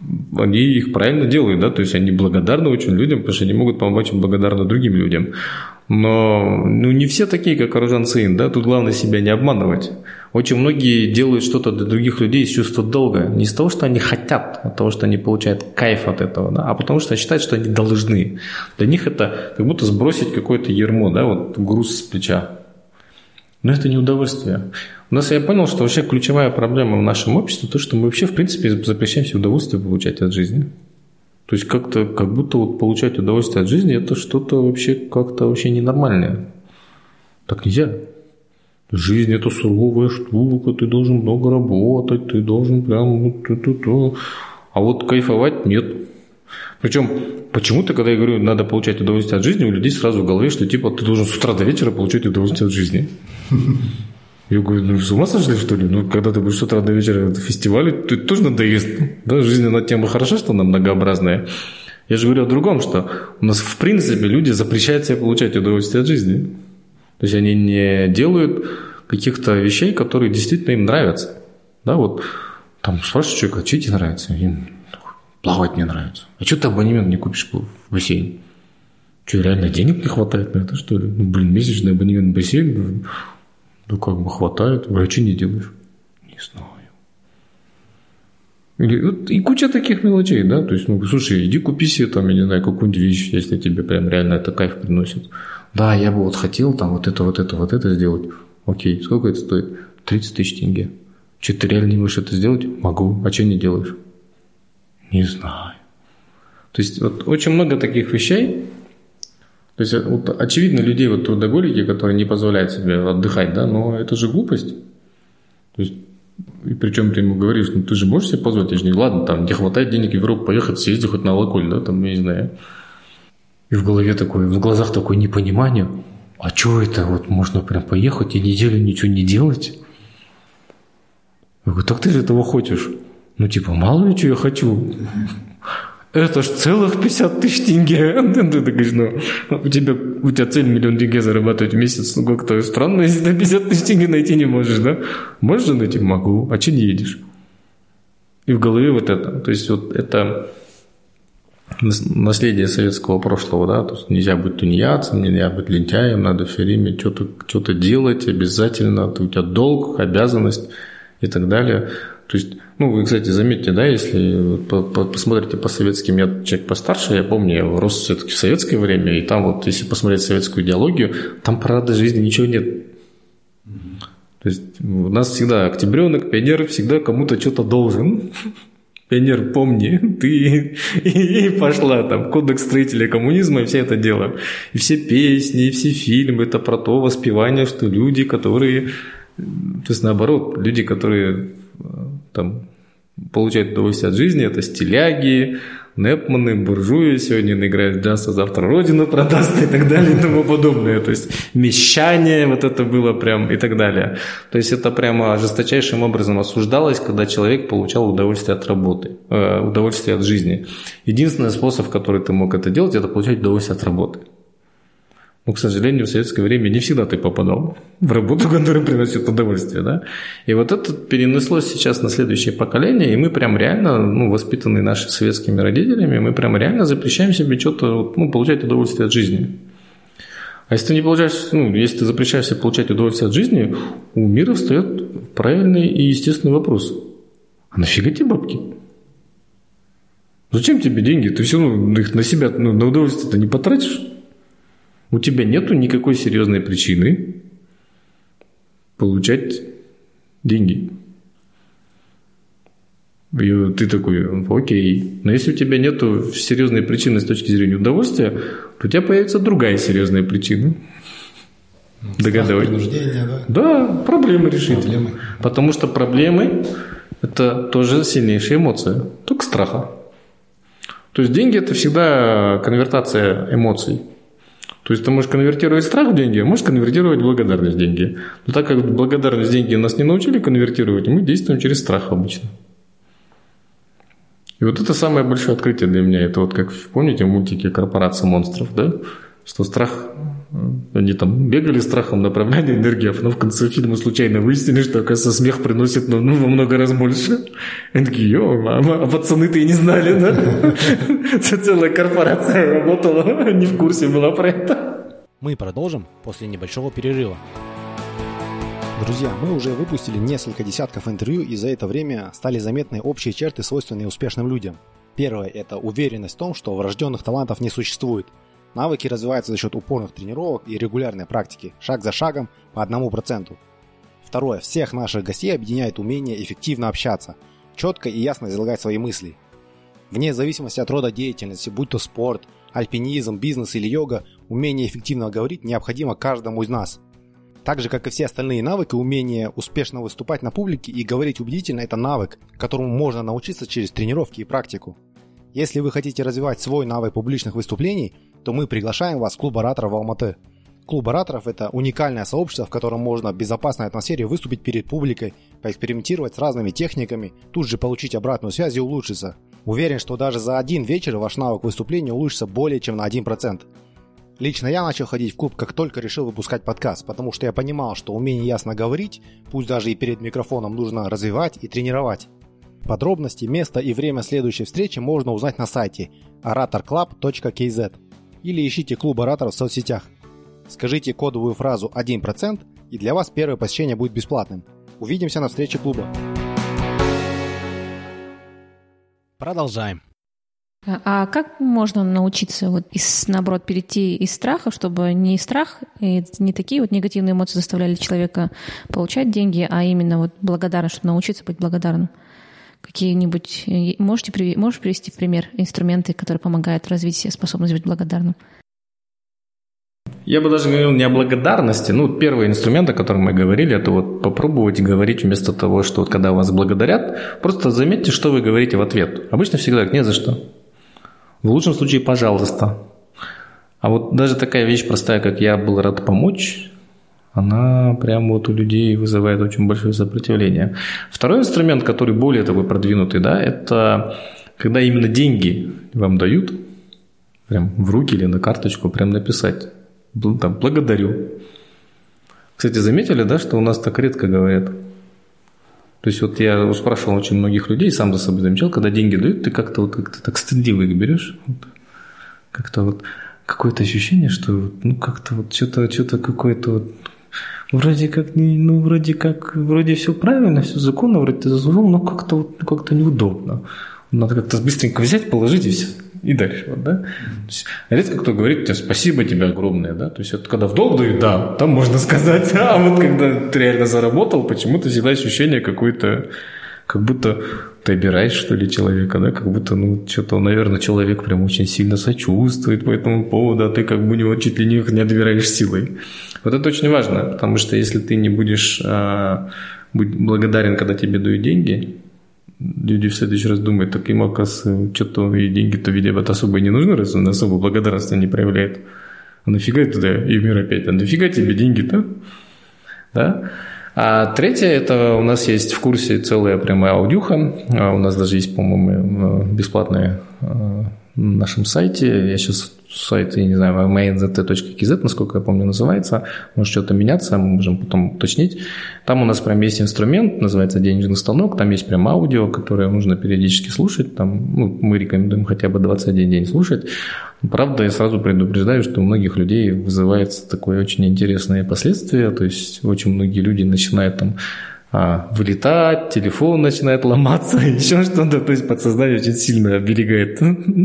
они их правильно делают, да, то есть они благодарны очень людям, потому что они могут помочь благодарны другим людям. Но ну, не все такие, как Аружан Саин, да, тут главное себя не обманывать. Очень многие делают что-то для других людей из чувства долга. Не из того, что они хотят, а от того, что они получают кайф от этого, да, а потому что считают, что они должны. Для них это как будто сбросить какое-то ярмо, да, вот груз с плеча. Но это не удовольствие. У нас я понял, что вообще ключевая проблема в нашем обществе то, что мы вообще в принципе запрещаем себе удовольствие получать от жизни. То есть как-то, как будто вот получать удовольствие от жизни это что-то вообще как-то вообще ненормальное. Так нельзя. Жизнь – это суровая штука, ты должен много работать, ты должен прям вот то-то-то. А вот кайфовать – нет. Причем почему-то, когда я говорю, надо получать удовольствие от жизни, у людей сразу в голове, что типа ты должен с утра до вечера получать удовольствие от жизни. Я говорю, ну с ума сошли, что ли? Ну, когда ты будешь с утра до вечера в фестивале, ты тоже надоест. Да, жизнь, она тем и хороша, что она многообразная. Я же говорю о другом, что у нас в принципе люди запрещают себе получать удовольствие от жизни. То есть они не делают каких-то вещей, которые действительно им нравятся. Да, вот там спрашивают человека, а что тебе нравится? Им плавать мне нравится. А что ты абонемент не купишь в бассейн? Что, реально денег не хватает на это, что ли? Ну, блин, месячный абонемент в бассейн, ну, как бы хватает. А что не делаешь? Не знаю. Или, вот, и куча таких мелочей, да? То есть, ну, слушай, иди купи себе там, я не знаю, какую-нибудь вещь, если тебе прям реально это кайф приносит. Да, я бы вот хотел там вот это, вот это, вот это сделать. Окей, сколько это стоит? тридцать тысяч тенге. Что, ты реально не можешь это сделать? Могу. А что не делаешь? Не знаю. То есть, вот очень много таких вещей. То есть, вот, очевидно, людей, вот трудоголики, которые не позволяют себе отдыхать, да, но это же глупость. То есть, и причем ты ему говоришь, ну ты же можешь себе позволить, я же не, ладно, там, не хватает денег в Европу поехать, съезди хоть на алкоголь, да, там, я не знаю. И в голове такое, в глазах такое непонимание. А что это, вот можно прям поехать и неделю ничего не делать? Я говорю, так ты же этого хочешь. Ну, типа, мало ли, что я хочу. Это ж целых пятьдесят тысяч тенге. Ты говоришь, ну, у тебя, у тебя цель миллион тенге зарабатывать в месяц. Ну, как-то странно, если ты пятьдесят тысяч тенге найти не можешь, да? Можешь же найти? Могу. А че не едешь? И в голове вот это. То есть, вот это наследие советского прошлого, да? То есть, нельзя быть тунеядцем, нельзя быть лентяем, надо все время что-то, что-то делать обязательно. У тебя долг, обязанность и так далее. То есть, ну, вы, кстати, заметьте, да, если посмотрите по советским, я человек постарше, я помню, я рос все-таки в советское время, и там вот, если посмотреть советскую идеологию, там про радость жизни ничего нет. Mm-hmm. То есть, у нас всегда октябренок, пионер всегда кому-то что-то должен. Пионер, помни, ты и пошла там кодекс строителя коммунизма и все это дело. И все песни, и все фильмы, это про то воспевание, что люди, которые, то есть наоборот, люди, которые там получают удовольствие от жизни, это стиляги, непманы, буржуи, сегодня он играет в джаз, а завтра родину продаст и так далее и тому подобное. То есть мещане, вот это было прям и так далее. То есть это прямо жесточайшим образом осуждалось, когда человек получал удовольствие от работы, э, удовольствие от жизни. Единственный способ, в который ты мог это делать, это получать удовольствие от работы. Но, к сожалению, в советское время не всегда ты попадал в работу, которая приносит удовольствие, да. И вот это перенеслось сейчас на следующее поколение, и мы прям реально, ну, воспитанные нашими советскими родителями, мы прям реально запрещаем себе что-то, ну, получать удовольствие от жизни. А если ты не получаешь, ну, если ты запрещаешь себе получать удовольствие от жизни, у мира встает правильный и естественный вопрос. А нафига тебе бабки? Зачем тебе деньги? Ты все равно их на себя, ну, на удовольствие-то не потратишь. У тебя нету никакой серьезной причины получать деньги. И ты такой, окей. Но если у тебя нету серьезной причины с точки зрения удовольствия, то у тебя появится другая серьезная причина. Догадывай. Принуждение, да? Да, проблемы решить. Проблемы. Потому что проблемы – это тоже сильнейшая эмоция, только страха. То есть деньги – это всегда конвертация эмоций. То есть ты можешь конвертировать страх в деньги, а можешь конвертировать благодарность в деньги. Но так как благодарность в деньги нас не научили конвертировать, мы действуем через страх обычно. И вот это самое большое открытие для меня. Это вот как, помните, в мультике «Корпорация монстров», да? Что страх Они там бегали страхом, направляли энергию, но в конце фильма случайно выяснили, что, оказывается, смех приносит ну, ну, во много раз больше. Они такие, ё, а, а пацаны-то и не знали, да? Целая корпорация работала, не в курсе была про это. Мы продолжим после небольшого перерыва. Друзья, мы уже выпустили несколько десятков интервью, и за это время стали заметны общие черты, свойственные успешным людям. Первое – это уверенность в том, что врожденных талантов не существует. Навыки развиваются за счет упорных тренировок и регулярной практики, шаг за шагом по одному проценту. Второе – всех наших гостей объединяет умение эффективно общаться, четко и ясно излагать свои мысли. Вне зависимости от рода деятельности, будь то спорт, альпинизм, бизнес или йога, умение эффективно говорить необходимо каждому из нас. Так же, как и все остальные навыки, умение успешно выступать на публике и говорить убедительно – это навык, которому можно научиться через тренировки и практику. Если вы хотите развивать свой навык публичных выступлений, то мы приглашаем вас в клуб ораторов в Алматы. Клуб ораторов – это уникальное сообщество, в котором можно в безопасной атмосфере выступить перед публикой, поэкспериментировать с разными техниками, тут же получить обратную связь и улучшиться. Уверен, что даже за один вечер ваш навык выступления улучшится более чем на один процент. Лично я начал ходить в клуб, как только решил выпускать подкаст, потому что я понимал, что умение ясно говорить, пусть даже и перед микрофоном, нужно развивать и тренировать. Подробности, место и время следующей встречи можно узнать на сайте orator club точка кей зет или ищите клуб ораторов в соцсетях. Скажите кодовую фразу один процент, и для вас первое посещение будет бесплатным. Увидимся на встрече клуба. Продолжаем. А как можно научиться вот из, наоборот, перейти из страха, чтобы не страх и не такие вот негативные эмоции заставляли человека получать деньги, а именно вот благодарность, чтобы научиться быть благодарным? Какие-нибудь можете можешь привести в пример инструменты, которые помогают развить способность быть благодарным? Я бы даже говорил не о благодарности. Ну, первый инструмент, о котором мы говорили, это вот попробовать говорить вместо того, что вот когда вас благодарят, просто заметьте, что вы говорите в ответ. Обычно всегда не за что. В лучшем случае, пожалуйста. А вот даже такая вещь простая, как «я был рад помочь», она прямо вот у людей вызывает очень большое сопротивление. Второй инструмент, который более такой продвинутый, да, это когда именно деньги вам дают, прям в руки или на карточку, прям написать там, «благодарю». Кстати, заметили, да, что у нас так редко говорят? То есть вот я спрашивал очень многих людей, сам за собой замечал, когда деньги дают, ты как-то вот как-то так стыдливо их берешь, вот, как-то вот какое-то ощущение, что ну как-то вот что-то, что-то какое-то вот вроде как не, ну вроде как вроде все правильно, все законно, вроде ты заслужил, но как-то вот как-то неудобно. Надо как-то быстренько взять, положить и все. И дальше, вот, да. То есть, редко кто говорит тебе спасибо тебе огромное, да. То есть это когда в долг дают, да, там можно сказать, а вот когда ты реально заработал, почему-то всегда ощущение какое-то, как будто ты обираешь, что ли, человека, да, как будто, ну, что-то, наверное, человек прям очень сильно сочувствует по этому поводу, а ты как бы у него чуть ли не, не отбираешь силой. Вот это очень важно, потому что если ты не будешь а, быть благодарен, когда тебе дают деньги, люди в следующий раз думают, так им, оказывается, что-то и деньги-то, видимо, особо и не нужны, раз он особо благодарности не проявляет. А нафига туда и в мир опять? А нафига тебе деньги-то? Да? А третье, это у нас есть в курсе целая прямая аудюха. У нас даже есть, по-моему, бесплатная на нашем сайте. Я сейчас сайт, я не знаю, эм эй эн зет ти точка кей зет, насколько я помню, называется. Может что-то меняться, мы можем потом уточнить. Там у нас прям есть инструмент, называется денежный станок. Там есть прям аудио, которое нужно периодически слушать. Там, ну, мы рекомендуем хотя бы двадцать один день слушать. Правда, я сразу предупреждаю, что у многих людей вызывается такое очень интересное последствие. То есть очень многие люди начинают там а, вылетать, телефон начинает ломаться, еще что-то. То есть подсознание очень сильно оберегает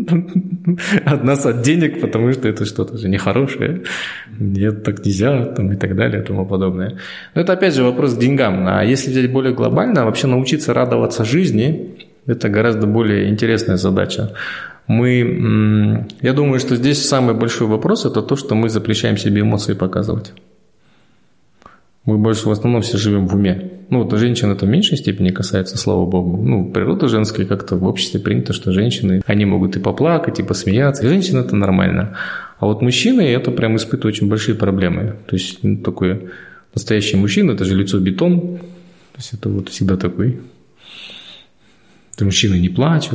от нас, от денег, потому что это что-то же нехорошее. Нет, так нельзя, там, и так далее, и тому подобное. Но это опять же вопрос к деньгам. А если взять более глобально, вообще научиться радоваться жизни, это гораздо более интересная задача. Мы, я думаю, что здесь самый большой вопрос – это то, что мы запрещаем себе эмоции показывать. Мы больше в основном все живем в уме. Ну, вот женщин это в меньшей степени касается, слава богу. Ну, природа женская как-то в обществе принято, что женщины, они могут и поплакать, и посмеяться. И женщины это нормально. А вот мужчины это прям испытывают очень большие проблемы. То есть, ну, такой настоящий мужчина – это же лицо бетон. То есть, это вот всегда такой. Мужчины не плачут.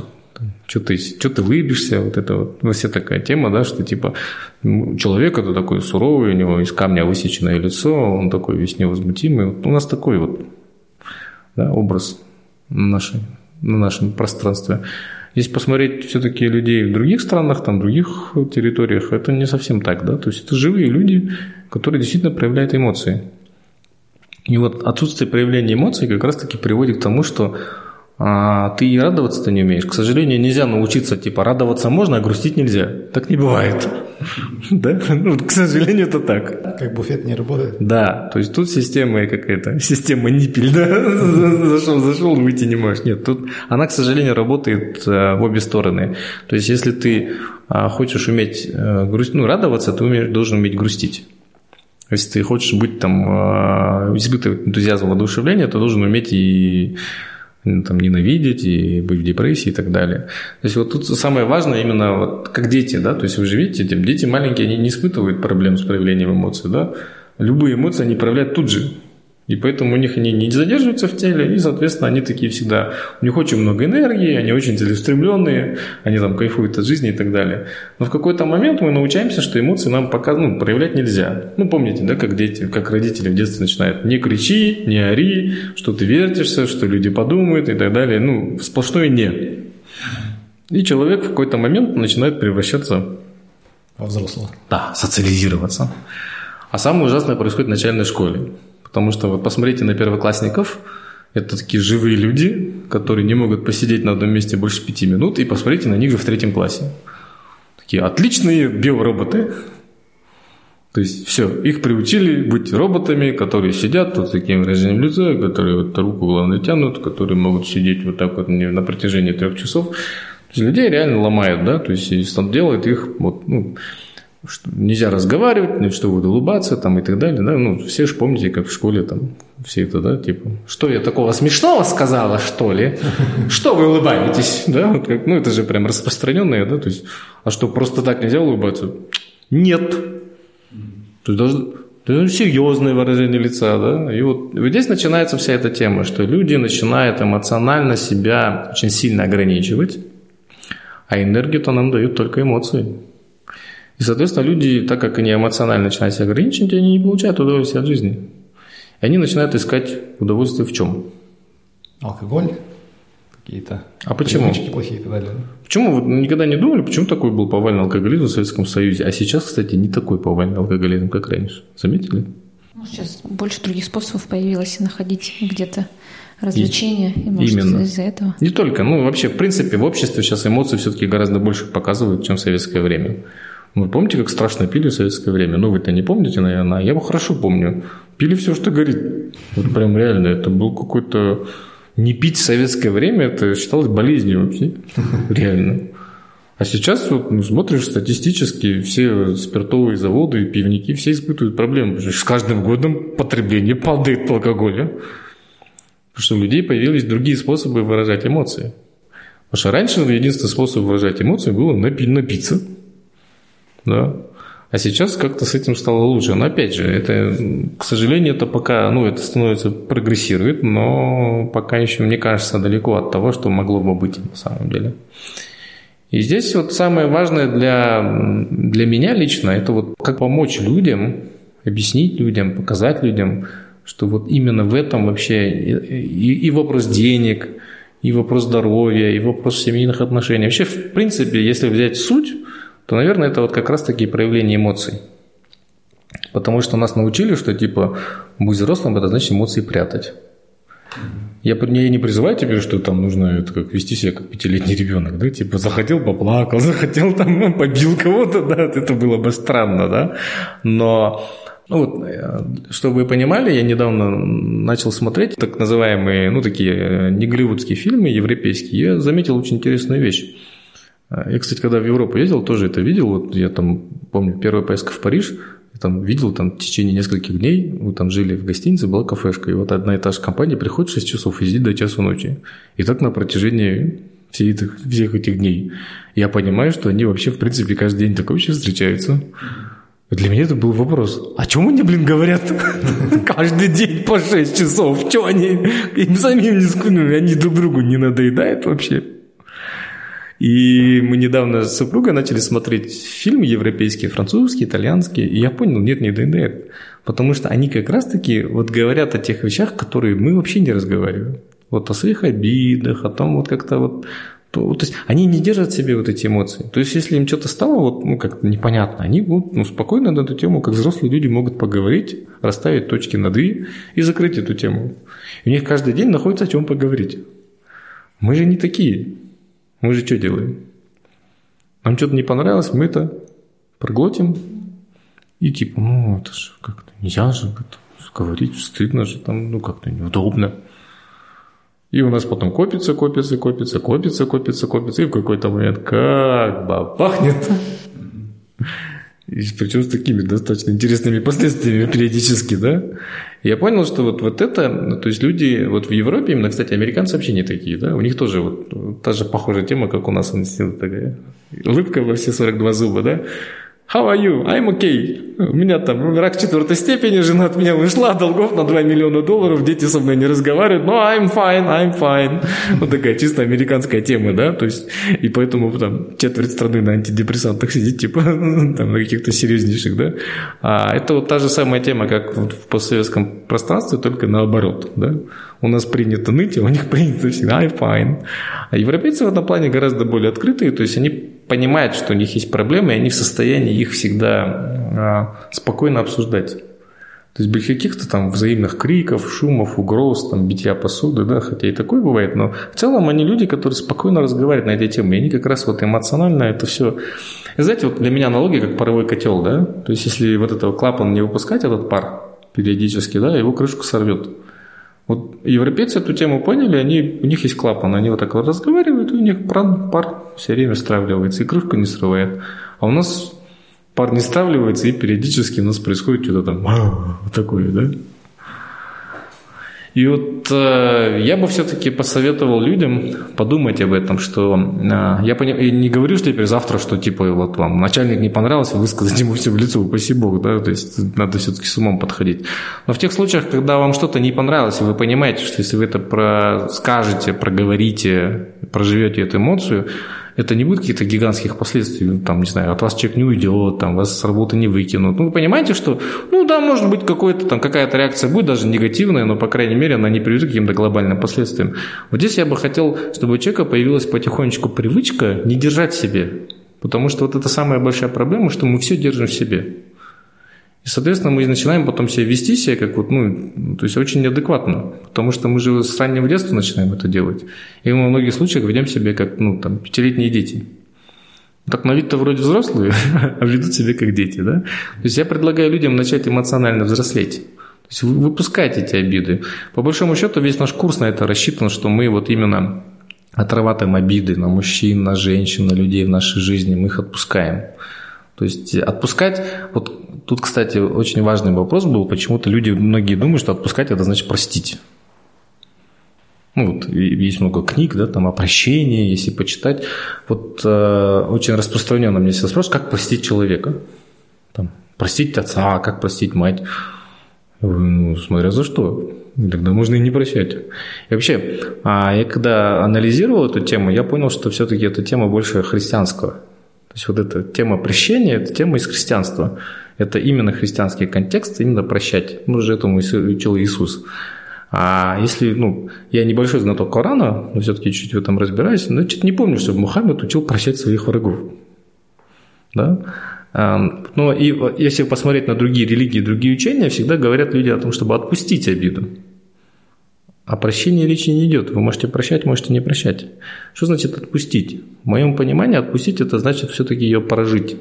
что ты, что ты лыбишься, вот это вот, ну, вся такая тема, да, что типа человек это такой суровый, у него из камня высеченное лицо, он такой весь невозмутимый. Вот у нас такой вот, да, образ на, нашей, на нашем пространстве. Если посмотреть все-таки людей в других странах, там, в других территориях, это не совсем так, да, то есть это живые люди, которые действительно проявляют эмоции. И вот отсутствие проявления эмоций как раз-таки приводит к тому, что а, ты и радоваться-то не умеешь. К сожалению, нельзя научиться, типа, радоваться можно, а грустить нельзя. Так не бывает. Да? Ну, к сожалению, это так. Как буфет не работает. Да, то есть тут система какая-то, система ниппель, да? Зашел, зашел, выйти не можешь. Нет, тут она, к сожалению, работает в обе стороны. То есть если ты хочешь уметь грустить, ну, радоваться, ты умеешь, должен уметь грустить. Если ты хочешь быть там, испытывать энтузиазм, воодушевление, ты должен уметь и там, ненавидеть, и быть в депрессии и так далее. То есть вот тут самое важное именно вот, как дети, да, то есть вы же видите, дети маленькие, они не испытывают проблем с проявлением эмоций, да, любые эмоции они проявляют тут же. И поэтому у них они не задерживаются в теле, и, соответственно, они такие всегда, у них очень много энергии, они очень целеустремленные, они там кайфуют от жизни и так далее. Но в какой-то момент мы научаемся, что эмоции нам пока, ну, проявлять нельзя. Ну, помните, да, как дети, как родители в детстве начинают: не кричи, не ори, что ты вертишься, что люди подумают и так далее. Ну, сплошное «не». И человек в какой-то момент начинает превращаться во взрослого. Да, социализироваться. А самое ужасное происходит в начальной школе. Потому что вот посмотрите на первоклассников, это такие живые люди, которые не могут посидеть на одном месте больше пяти минут, и посмотрите на них же в третьем классе. Такие отличные биороботы. То есть все, их приучили быть роботами, которые сидят вот с таким выражением лица, которые вот руку главное тянут, которые могут сидеть вот так вот на протяжении трех часов. То есть людей реально ломают, да, то есть и делают их вот, ну, что нельзя разговаривать, что буду улыбаться там, и так далее. Да? Ну, все же помните, как в школе там все это, да, типа, что я такого смешного сказала, что ли? Что вы улыбаетесь? Да? Вот как, ну, это же прям распространенное, да, то есть, а что, просто так нельзя улыбаться? Нет. То есть должно, должно серьезное выражение лица, да, и вот, вот здесь начинается вся эта тема, что люди начинают эмоционально себя очень сильно ограничивать, а энергию-то нам дают только эмоции. И, соответственно, люди, так как они эмоционально начинают себя ограничивать, они не получают удовольствия от жизни. И они начинают искать удовольствие в чем? Алкоголь, какие-то а почему? Привычки плохие и так далее. Почему? Вы никогда не думали, почему такой был повальный алкоголизм в Советском Союзе? А сейчас, кстати, не такой повальный алкоголизм, как раньше. Заметили? Ну, сейчас больше других способов появилось находить где-то развлечения. И, и может, именно. из-за этого. Не только. Ну, вообще, в принципе, в обществе сейчас эмоции все-таки гораздо больше показывают, чем в советское время. Вы помните, как страшно пили в советское время? Ну, вы-то не помните, наверное. Я его хорошо помню. Пили все, что горит. Вот прям реально. Это был какой-то... Не пить в советское время, это считалось болезнью вообще. Реально. А сейчас вот, ну, смотришь статистически, все спиртовые заводы, пивники, все испытывают проблемы. Потому что с каждым годом потребление падает алкоголя. Потому что у людей появились другие способы выражать эмоции. Потому что раньше единственный способ выражать эмоции было напи- напиться. Да. А сейчас как-то с этим стало лучше. Но опять же, это, к сожалению, это пока, ну, это становится, прогрессирует, но пока еще, мне кажется, далеко от того, что могло бы быть на самом деле. И здесь вот самое важное для, для меня лично, это вот как помочь людям, объяснить людям, показать людям, что вот именно в этом вообще и, и, и вопрос денег, и вопрос здоровья, и вопрос семейных отношений. Вообще, в принципе, если взять суть, то, наверное, это вот как раз-таки проявление эмоций. Потому что нас научили, что, типа, будь взрослым, это значит эмоции прятать. Я, я не призываю тебя, что там нужно это, как, вести себя как пятилетний ребенок, да, типа, захотел, поплакал, захотел, там, побил кого-то, да, это было бы странно, да, но... Ну вот, чтобы вы понимали, я недавно начал смотреть так называемые, ну, такие не голливудские фильмы, европейские, я заметил очень интересную вещь. Я, кстати, когда в Европу ездил, тоже это видел. Вот я там, помню, первая поездка в Париж, я там видел, там в течение нескольких дней, мы там жили в гостинице, была кафешка, и вот одна и та же компания приходит в шесть часов и сидит до часу ночи. И так на протяжении всех этих, всех этих дней. Я понимаю, что они вообще, в принципе, каждый день такой вообще встречаются. Для меня это был вопрос, о чем они, блин, говорят каждый день по шесть часов? Что они, им самим не скучно, они друг другу не надоедают вообще? И мы недавно с супругой начали смотреть фильмы европейские, французские, итальянские, и я понял, нет, не нет. Потому что они как раз-таки вот говорят о тех вещах, которые мы вообще не разговариваем. Вот о своих обидах, о том вот как-то вот... То, то есть они не держат в себе вот эти эмоции. То есть если им что-то стало вот, ну, как-то непонятно, они будут ну, спокойно на эту тему, как взрослые люди, могут поговорить, расставить точки над «и» и закрыть эту тему. И у них каждый день находится о чем поговорить. Мы же не такие. Мы же что делаем? Нам что-то не понравилось, мы это проглотим. И типа, ну это же как-то нельзя же это говорить, стыдно же, там, ну как-то неудобно. И у нас потом копится, копится, копится, копится, копится, копится, и в какой-то момент как бабахнет. И причем с такими достаточно интересными последствиями периодически, да. И я понял, что вот, вот это, то есть люди вот в Европе, именно, кстати, американцы вообще не такие, да, у них тоже вот та же похожая тема, как у нас, такая улыбка во все сорок два зуба, да. How are you? I'm okay. У меня там рак четвертой степени, жена от меня ушла, долгов на два миллиона долларов, дети со мной не разговаривают, но I'm fine, I'm fine. Вот такая чисто американская тема, да, то есть, и поэтому там четверть страны на антидепрессантах сидит, типа, там, на каких-то серьезнейших, да. А это вот та же самая тема, как вот в постсоветском пространстве, только наоборот, да. У нас принято ныть, а у них принято всегда I'm fine. А европейцы в этом плане гораздо более открытые, то есть они понимают, что у них есть проблемы, и они в состоянии их всегда а, спокойно обсуждать. То есть без каких-то там взаимных криков, шумов, угроз, там, битья посуды, да, хотя и такое бывает, но в целом они люди, которые спокойно разговаривают на эти темы, и они как раз вот эмоционально это все... И знаете, вот для меня аналогия как паровой котел, да, то есть если вот этого клапана не выпускать, этот пар периодически, да, его крышку сорвет. Вот европейцы эту тему поняли, они, у них есть клапан, они вот так вот разговаривают, и у них пар, пар все время стравливается, и крышку не срывает. А у нас пар не стравливается, и периодически у нас происходит что-то там вот такое, да? И вот э, я бы все-таки посоветовал людям подумать об этом, что э, я поним, не говорю, что теперь завтра, что типа вот вам начальник не понравился, высказать ему все в лицо, упаси бог, да, то есть надо все-таки с умом подходить. Но в тех случаях, когда вам что-то не понравилось, и вы понимаете, что если вы это про... скажете, проговорите, проживете эту эмоцию, это не будет каких-то гигантских последствий, там, не знаю, от вас человек не уйдет, там, вас с работы не выкинут. Ну, вы понимаете, что, ну, да, может быть, какой-то, там, какая-то реакция будет, даже негативная, но, по крайней мере, она не приведет к каким-то глобальным последствиям. Вот здесь я бы хотел, чтобы у человека появилась потихонечку привычка не держать в себе, потому что вот это самая большая проблема, что мы все держим в себе. И, соответственно, мы начинаем потом себя вести себя как вот, ну, то есть очень неадекватно, потому что мы же с раннего детства начинаем это делать. И мы во многих случаях ведем себя как, ну, там, пятилетние дети. Так на вид-то вроде взрослые, а ведут себя как дети, да? То есть я предлагаю людям начать эмоционально взрослеть. То есть выпускать эти обиды. По большому счету весь наш курс на это рассчитан, что мы вот именно отрабатываем обиды на мужчин, на женщин, на людей в нашей жизни, мы их отпускаем. То есть отпускать, вот тут, кстати, очень важный вопрос был, почему-то люди, многие думают, что отпускать это значит простить. Ну, вот, есть много книг, да, там о прощении, если почитать. Вот э, очень распространенно мне всегда спрашивают, как простить человека. Там, простить отца, как простить мать. Ну, смотря за что. Тогда можно и не прощать. И вообще, я когда анализировал эту тему, я понял, что все-таки эта тема больше христианского. То есть вот эта тема прощения, это тема из христианства. Это именно христианский контекст, именно прощать. Ну, же этому учил Иисус. А если, ну, я небольшой знаток Корана, но все-таки чуть в этом разбираюсь, но что-то не помню, чтобы Мухаммед учил прощать своих врагов. Да? Но и если посмотреть на другие религии, другие учения, всегда говорят люди о том, чтобы отпустить обиду. О прощении речи не идет. Вы можете прощать, можете не прощать. Что значит отпустить? В моем понимании отпустить – это значит все-таки ее прожить.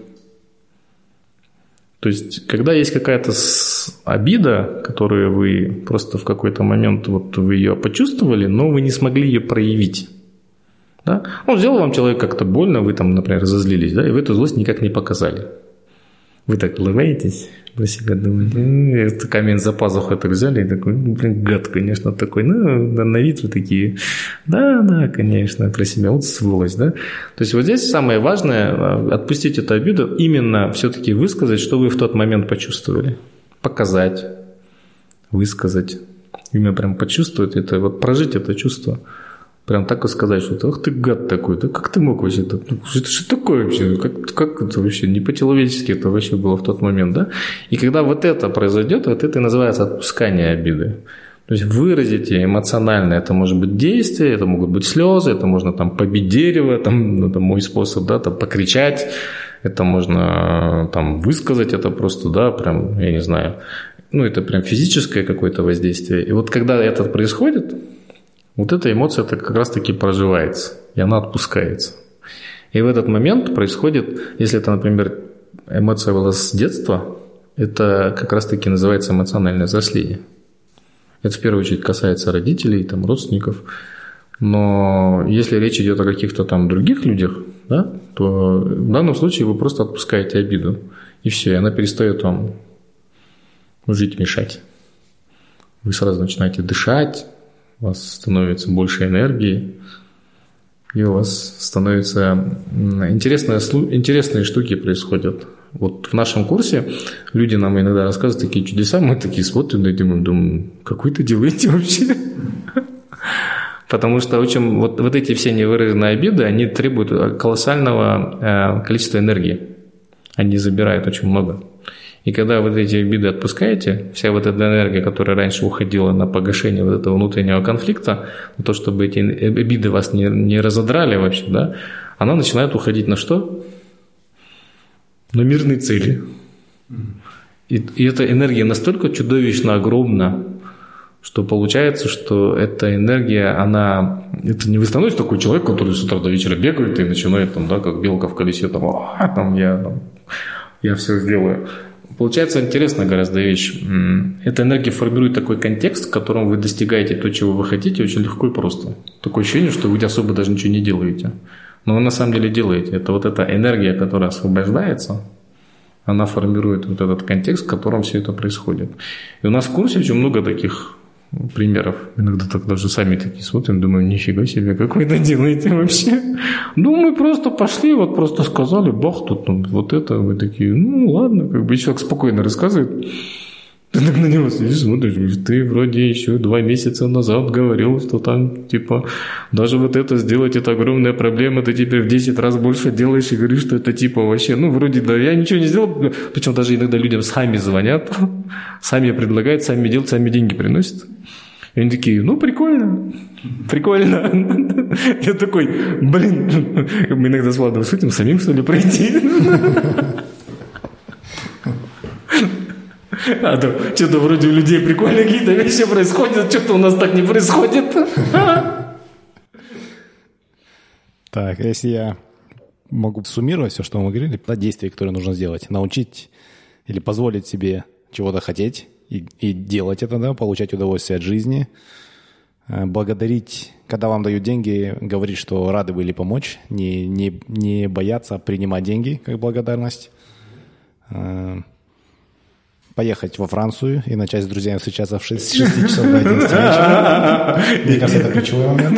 То есть, когда есть какая-то обида, которую вы просто в какой-то момент вот вы ее почувствовали, но вы не смогли ее проявить. Да? Он сделал вам человек как-то больно, вы там, например, разозлились, да, и вы эту злость никак не показали. Вы так улыбаетесь, про себя думаете, это камень за пазуху так взяли, и такой, ну, блин, гад, конечно, такой, ну, на вид вы такие, да, да, конечно, про себя, вот сволочь, да. То есть вот здесь самое важное, отпустить эту обиду, именно все-таки высказать, что вы в тот момент почувствовали, показать, высказать, именно прям почувствовать это, вот прожить это чувство. Прям так и сказать, что ах ты гад такой, да как ты мог вообще, это, что, что такое вообще, как, как это вообще, не по-человечески это вообще было в тот момент, да? И когда вот это произойдет, вот это и называется отпускание обиды. То есть выразить эмоционально, это может быть действие, это могут быть слезы, это можно там побить дерево, там, это мой способ, да, там покричать, это можно там высказать, это просто, да, прям, я не знаю, ну это прям физическое какое-то воздействие. И вот когда это происходит, вот эта эмоция это как раз-таки проживается, и она отпускается. И в этот момент происходит, если это, например, эмоция была с детства, это как раз-таки называется эмоциональное взросление. Это в первую очередь касается родителей, там, родственников. Но если речь идет о каких-то там других людях, да, то в данном случае вы просто отпускаете обиду. И все, и она перестает вам жить, мешать. Вы сразу начинаете дышать, у вас становится больше энергии, и у вас становятся интересные, интересные штуки происходят. Вот в нашем курсе люди нам иногда рассказывают такие чудеса, мы такие смотрим и думаем, думаем, какой ты делаете вообще? Потому что очень, вот, вот эти все невыраженные обиды, они требуют колоссального э, количества энергии. Они забирают очень много. И когда вы эти обиды отпускаете, вся вот эта энергия, которая раньше уходила на погашение вот этого внутреннего конфликта, на то, чтобы эти обиды вас не, не разодрали вообще, да, она начинает уходить на что? На мирные цели. И, и эта энергия настолько чудовищно огромна, что получается, что эта энергия, она... Это не вы становитесь такой человек, который с утра до вечера бегает и начинает, там, да, как белка в колесе, там, а, там, я, там, я все сделаю. Получается интересная гораздо вещь. Эта энергия формирует такой контекст, в котором вы достигаете то, чего вы хотите, очень легко и просто. Такое ощущение, что вы особо даже ничего не делаете. Но вы на самом деле делаете. Это вот эта энергия, которая освобождается, она формирует вот этот контекст, в котором все это происходит. И у нас в курсе очень много таких примеров. Иногда так даже сами такие смотрим, думаем, нифига себе, как вы это делаете вообще? Ну, мы просто пошли, вот просто сказали, бах, тут ну, вот это, вы такие, ну, ладно, как бы человек спокойно рассказывает. Ты так на него сидишь, смотришь, ты вроде еще два месяца назад говорил, что там, типа, даже вот это сделать, это огромная проблема, ты теперь в десять раз больше делаешь и говоришь, что это, типа, вообще, ну, вроде, да, я ничего не сделал, причем даже иногда людям сами звонят, сами предлагают, сами делают, сами деньги приносят. И они такие, ну, прикольно, прикольно. Я такой, блин, мы иногда с Владом шутим, самим, что ли, пройти? А то что-то вроде у людей прикольные какие-то вещи происходят, что-то у нас так не происходит. Так, если я могу суммировать все, что мы говорили, да, действия, которые нужно сделать, научить или позволить себе чего-то хотеть и, и делать это, да, получать удовольствие от жизни, благодарить, когда вам дают деньги, говорить, что рады были помочь, не, не, не бояться принимать деньги как благодарность, поехать во Францию и начать с друзьями встречаться в шесть часов до одиннадцати вечера. Мне кажется, это ключевой момент.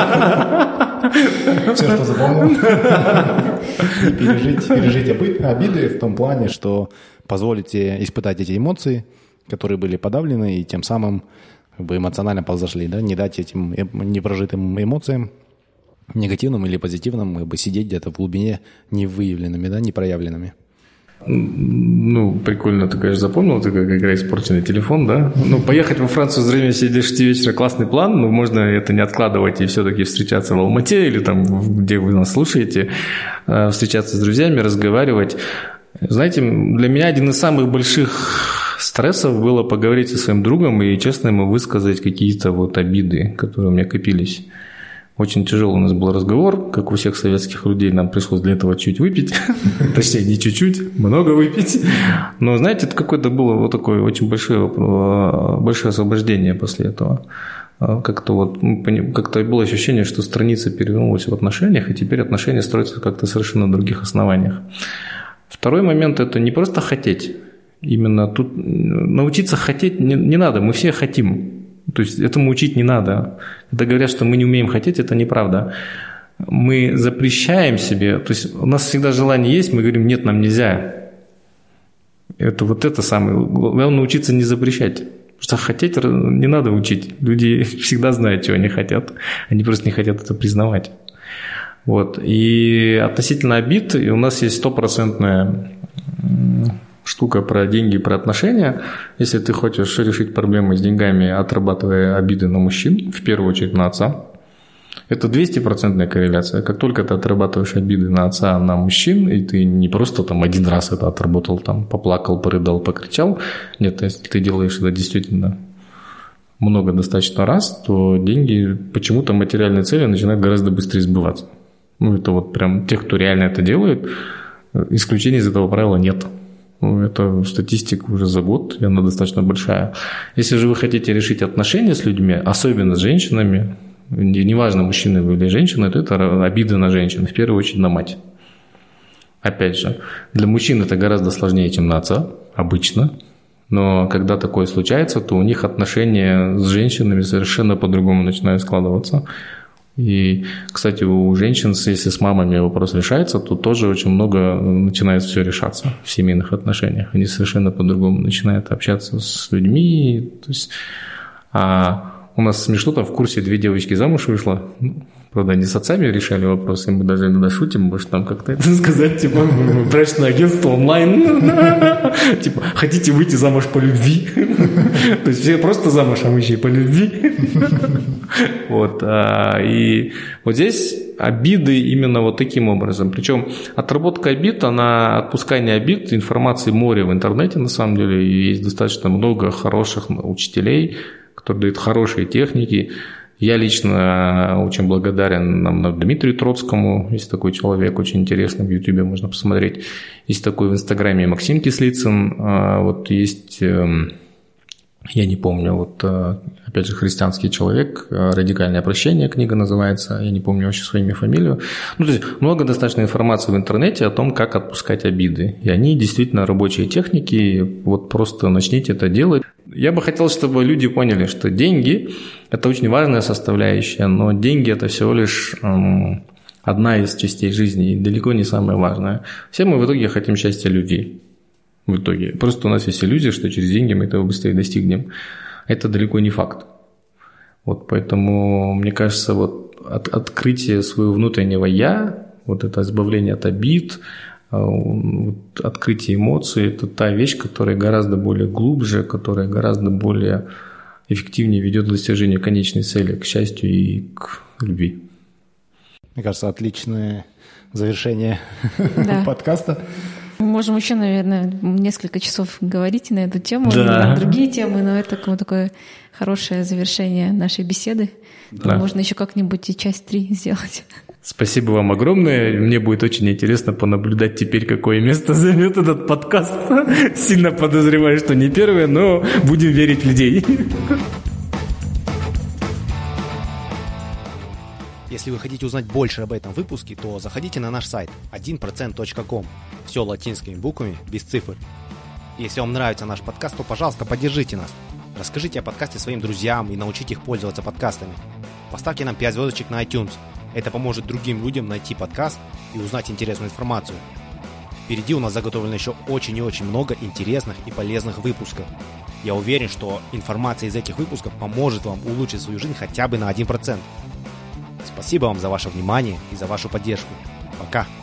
Все, что запомнил. И пережить, пережить обиды в том плане, что позволите испытать эти эмоции, которые были подавлены, и тем самым как бы эмоционально произошли, да, не дать этим непрожитым эмоциям, негативным или позитивным, как бы сидеть где-то в глубине невыявленными, да, непроявленными. Ну, прикольно, ты, конечно, запомнил, ты как игра испорченный телефон, да? Ну, поехать во Францию с время до шести вечера классный план, но можно это не откладывать и все-таки встречаться в Алмате или там, где вы нас слушаете, встречаться с друзьями, разговаривать. Знаете, для меня один из самых больших стрессов было поговорить со своим другом и честно ему высказать какие-то вот обиды, которые у меня копились. Очень тяжелый у нас был разговор, как у всех советских людей, нам пришлось для этого чуть выпить, точнее не чуть-чуть, много выпить. Но знаете, это какое-то было вот такое очень большое, большое освобождение после этого. Как-то вот, как-то было ощущение, что страница перевернулась в отношениях, и теперь отношения строятся как-то совершенно на других основаниях. Второй момент – это не просто хотеть. Именно тут научиться хотеть не, не надо, мы все хотим. То есть этому учить не надо. Когда говорят, что мы не умеем хотеть, это неправда. Мы запрещаем себе, то есть у нас всегда желание есть, мы говорим, нет, нам нельзя. Это вот это самое. Главное научиться не запрещать. Потому что хотеть не надо учить. Люди всегда знают, чего они хотят. Они просто не хотят это признавать. Вот. И относительно обид, у нас есть стопроцентная штука про деньги, про отношения. Если ты хочешь решить проблемы с деньгами, отрабатывая обиды на мужчин, в первую очередь на отца, это двести-процентная корреляция. Как только ты отрабатываешь обиды на отца, на мужчин, и ты не просто там один раз это отработал, там поплакал, порыдал, покричал. Нет, если ты делаешь это действительно много достаточно раз, то деньги, почему-то материальные цели начинают гораздо быстрее сбываться. Ну, это вот прям те, кто реально это делает, исключений из этого правила нет. Ну, это статистика уже за год, и она достаточно большая. Если же вы хотите решить отношения с людьми, особенно с женщинами, неважно, мужчина вы или женщина, то это обида на женщин, в первую очередь на мать. Опять же, для мужчин это гораздо сложнее, чем на отца, обычно. Но когда такое случается, то у них отношения с женщинами совершенно по-другому начинают складываться. И, кстати, у женщин, если с мамами вопрос решается, то тоже очень много начинает все решаться в семейных отношениях. Они совершенно по-другому начинают общаться с людьми. То есть, а у нас смешно, там в курсе две девочки замуж вышло. Правда, они с отцами решали вопросы, мы даже иногда шутим, может там как-то это сказать, типа, брачное агентство онлайн, типа, хотите выйти замуж по любви? То есть все просто замуж, а мы еще и по любви. Вот, и вот здесь обиды именно вот таким образом. Причем отработка обид, она, отпускание обид, информации море в интернете, на самом деле, и есть достаточно много хороших учителей, которые дают хорошие техники. Я лично очень благодарен нам, Дмитрию Троцкому, есть такой человек, очень интересный, в Ютубе можно посмотреть. Есть такой в Инстаграме Максим Кислицын, вот есть, я не помню, вот опять же христианский человек, «Радикальное прощение» книга называется, я не помню вообще свое имя, фамилию. Ну, то есть много достаточно информации в интернете о том, как отпускать обиды. И они действительно рабочие техники, вот просто начните это делать. Я бы хотел, чтобы люди поняли, что деньги – это очень важная составляющая, но деньги – это всего лишь эм, одна из частей жизни и далеко не самая важная. Все мы в итоге хотим счастья любви. В итоге. Просто у нас есть иллюзия, что через деньги мы этого быстрее достигнем. Это далеко не факт. Вот поэтому, мне кажется, вот от, открытие своего внутреннего «я», вот это избавление от обид, вот открытие эмоций – это та вещь, которая гораздо более глубже, которая гораздо более эффективнее ведет к достижению конечной цели, к счастью и к любви. Мне кажется, отличное завершение да. подкаста. Мы можем еще, наверное, несколько часов говорить на эту тему, да. или на другие темы, но это такое хорошее завершение нашей беседы. Да. Можно еще как-нибудь и часть три сделать. Спасибо вам огромное. Мне будет очень интересно понаблюдать теперь, какое место займет этот подкаст. Сильно подозреваю, что не первое, но будем верить в людей. Если вы хотите узнать больше об этом выпуске, то заходите на наш сайт один процент точка ком. Все латинскими буквами, без цифр. Если вам нравится наш подкаст, то, пожалуйста, поддержите нас. Расскажите о подкасте своим друзьям и научите их пользоваться подкастами. Поставьте нам пять звездочек на iTunes. Это поможет другим людям найти подкаст и узнать интересную информацию. Впереди у нас заготовлено еще очень и очень много интересных и полезных выпусков. Я уверен, что информация из этих выпусков поможет вам улучшить свою жизнь хотя бы на один процент. Спасибо вам за ваше внимание и за вашу поддержку. Пока!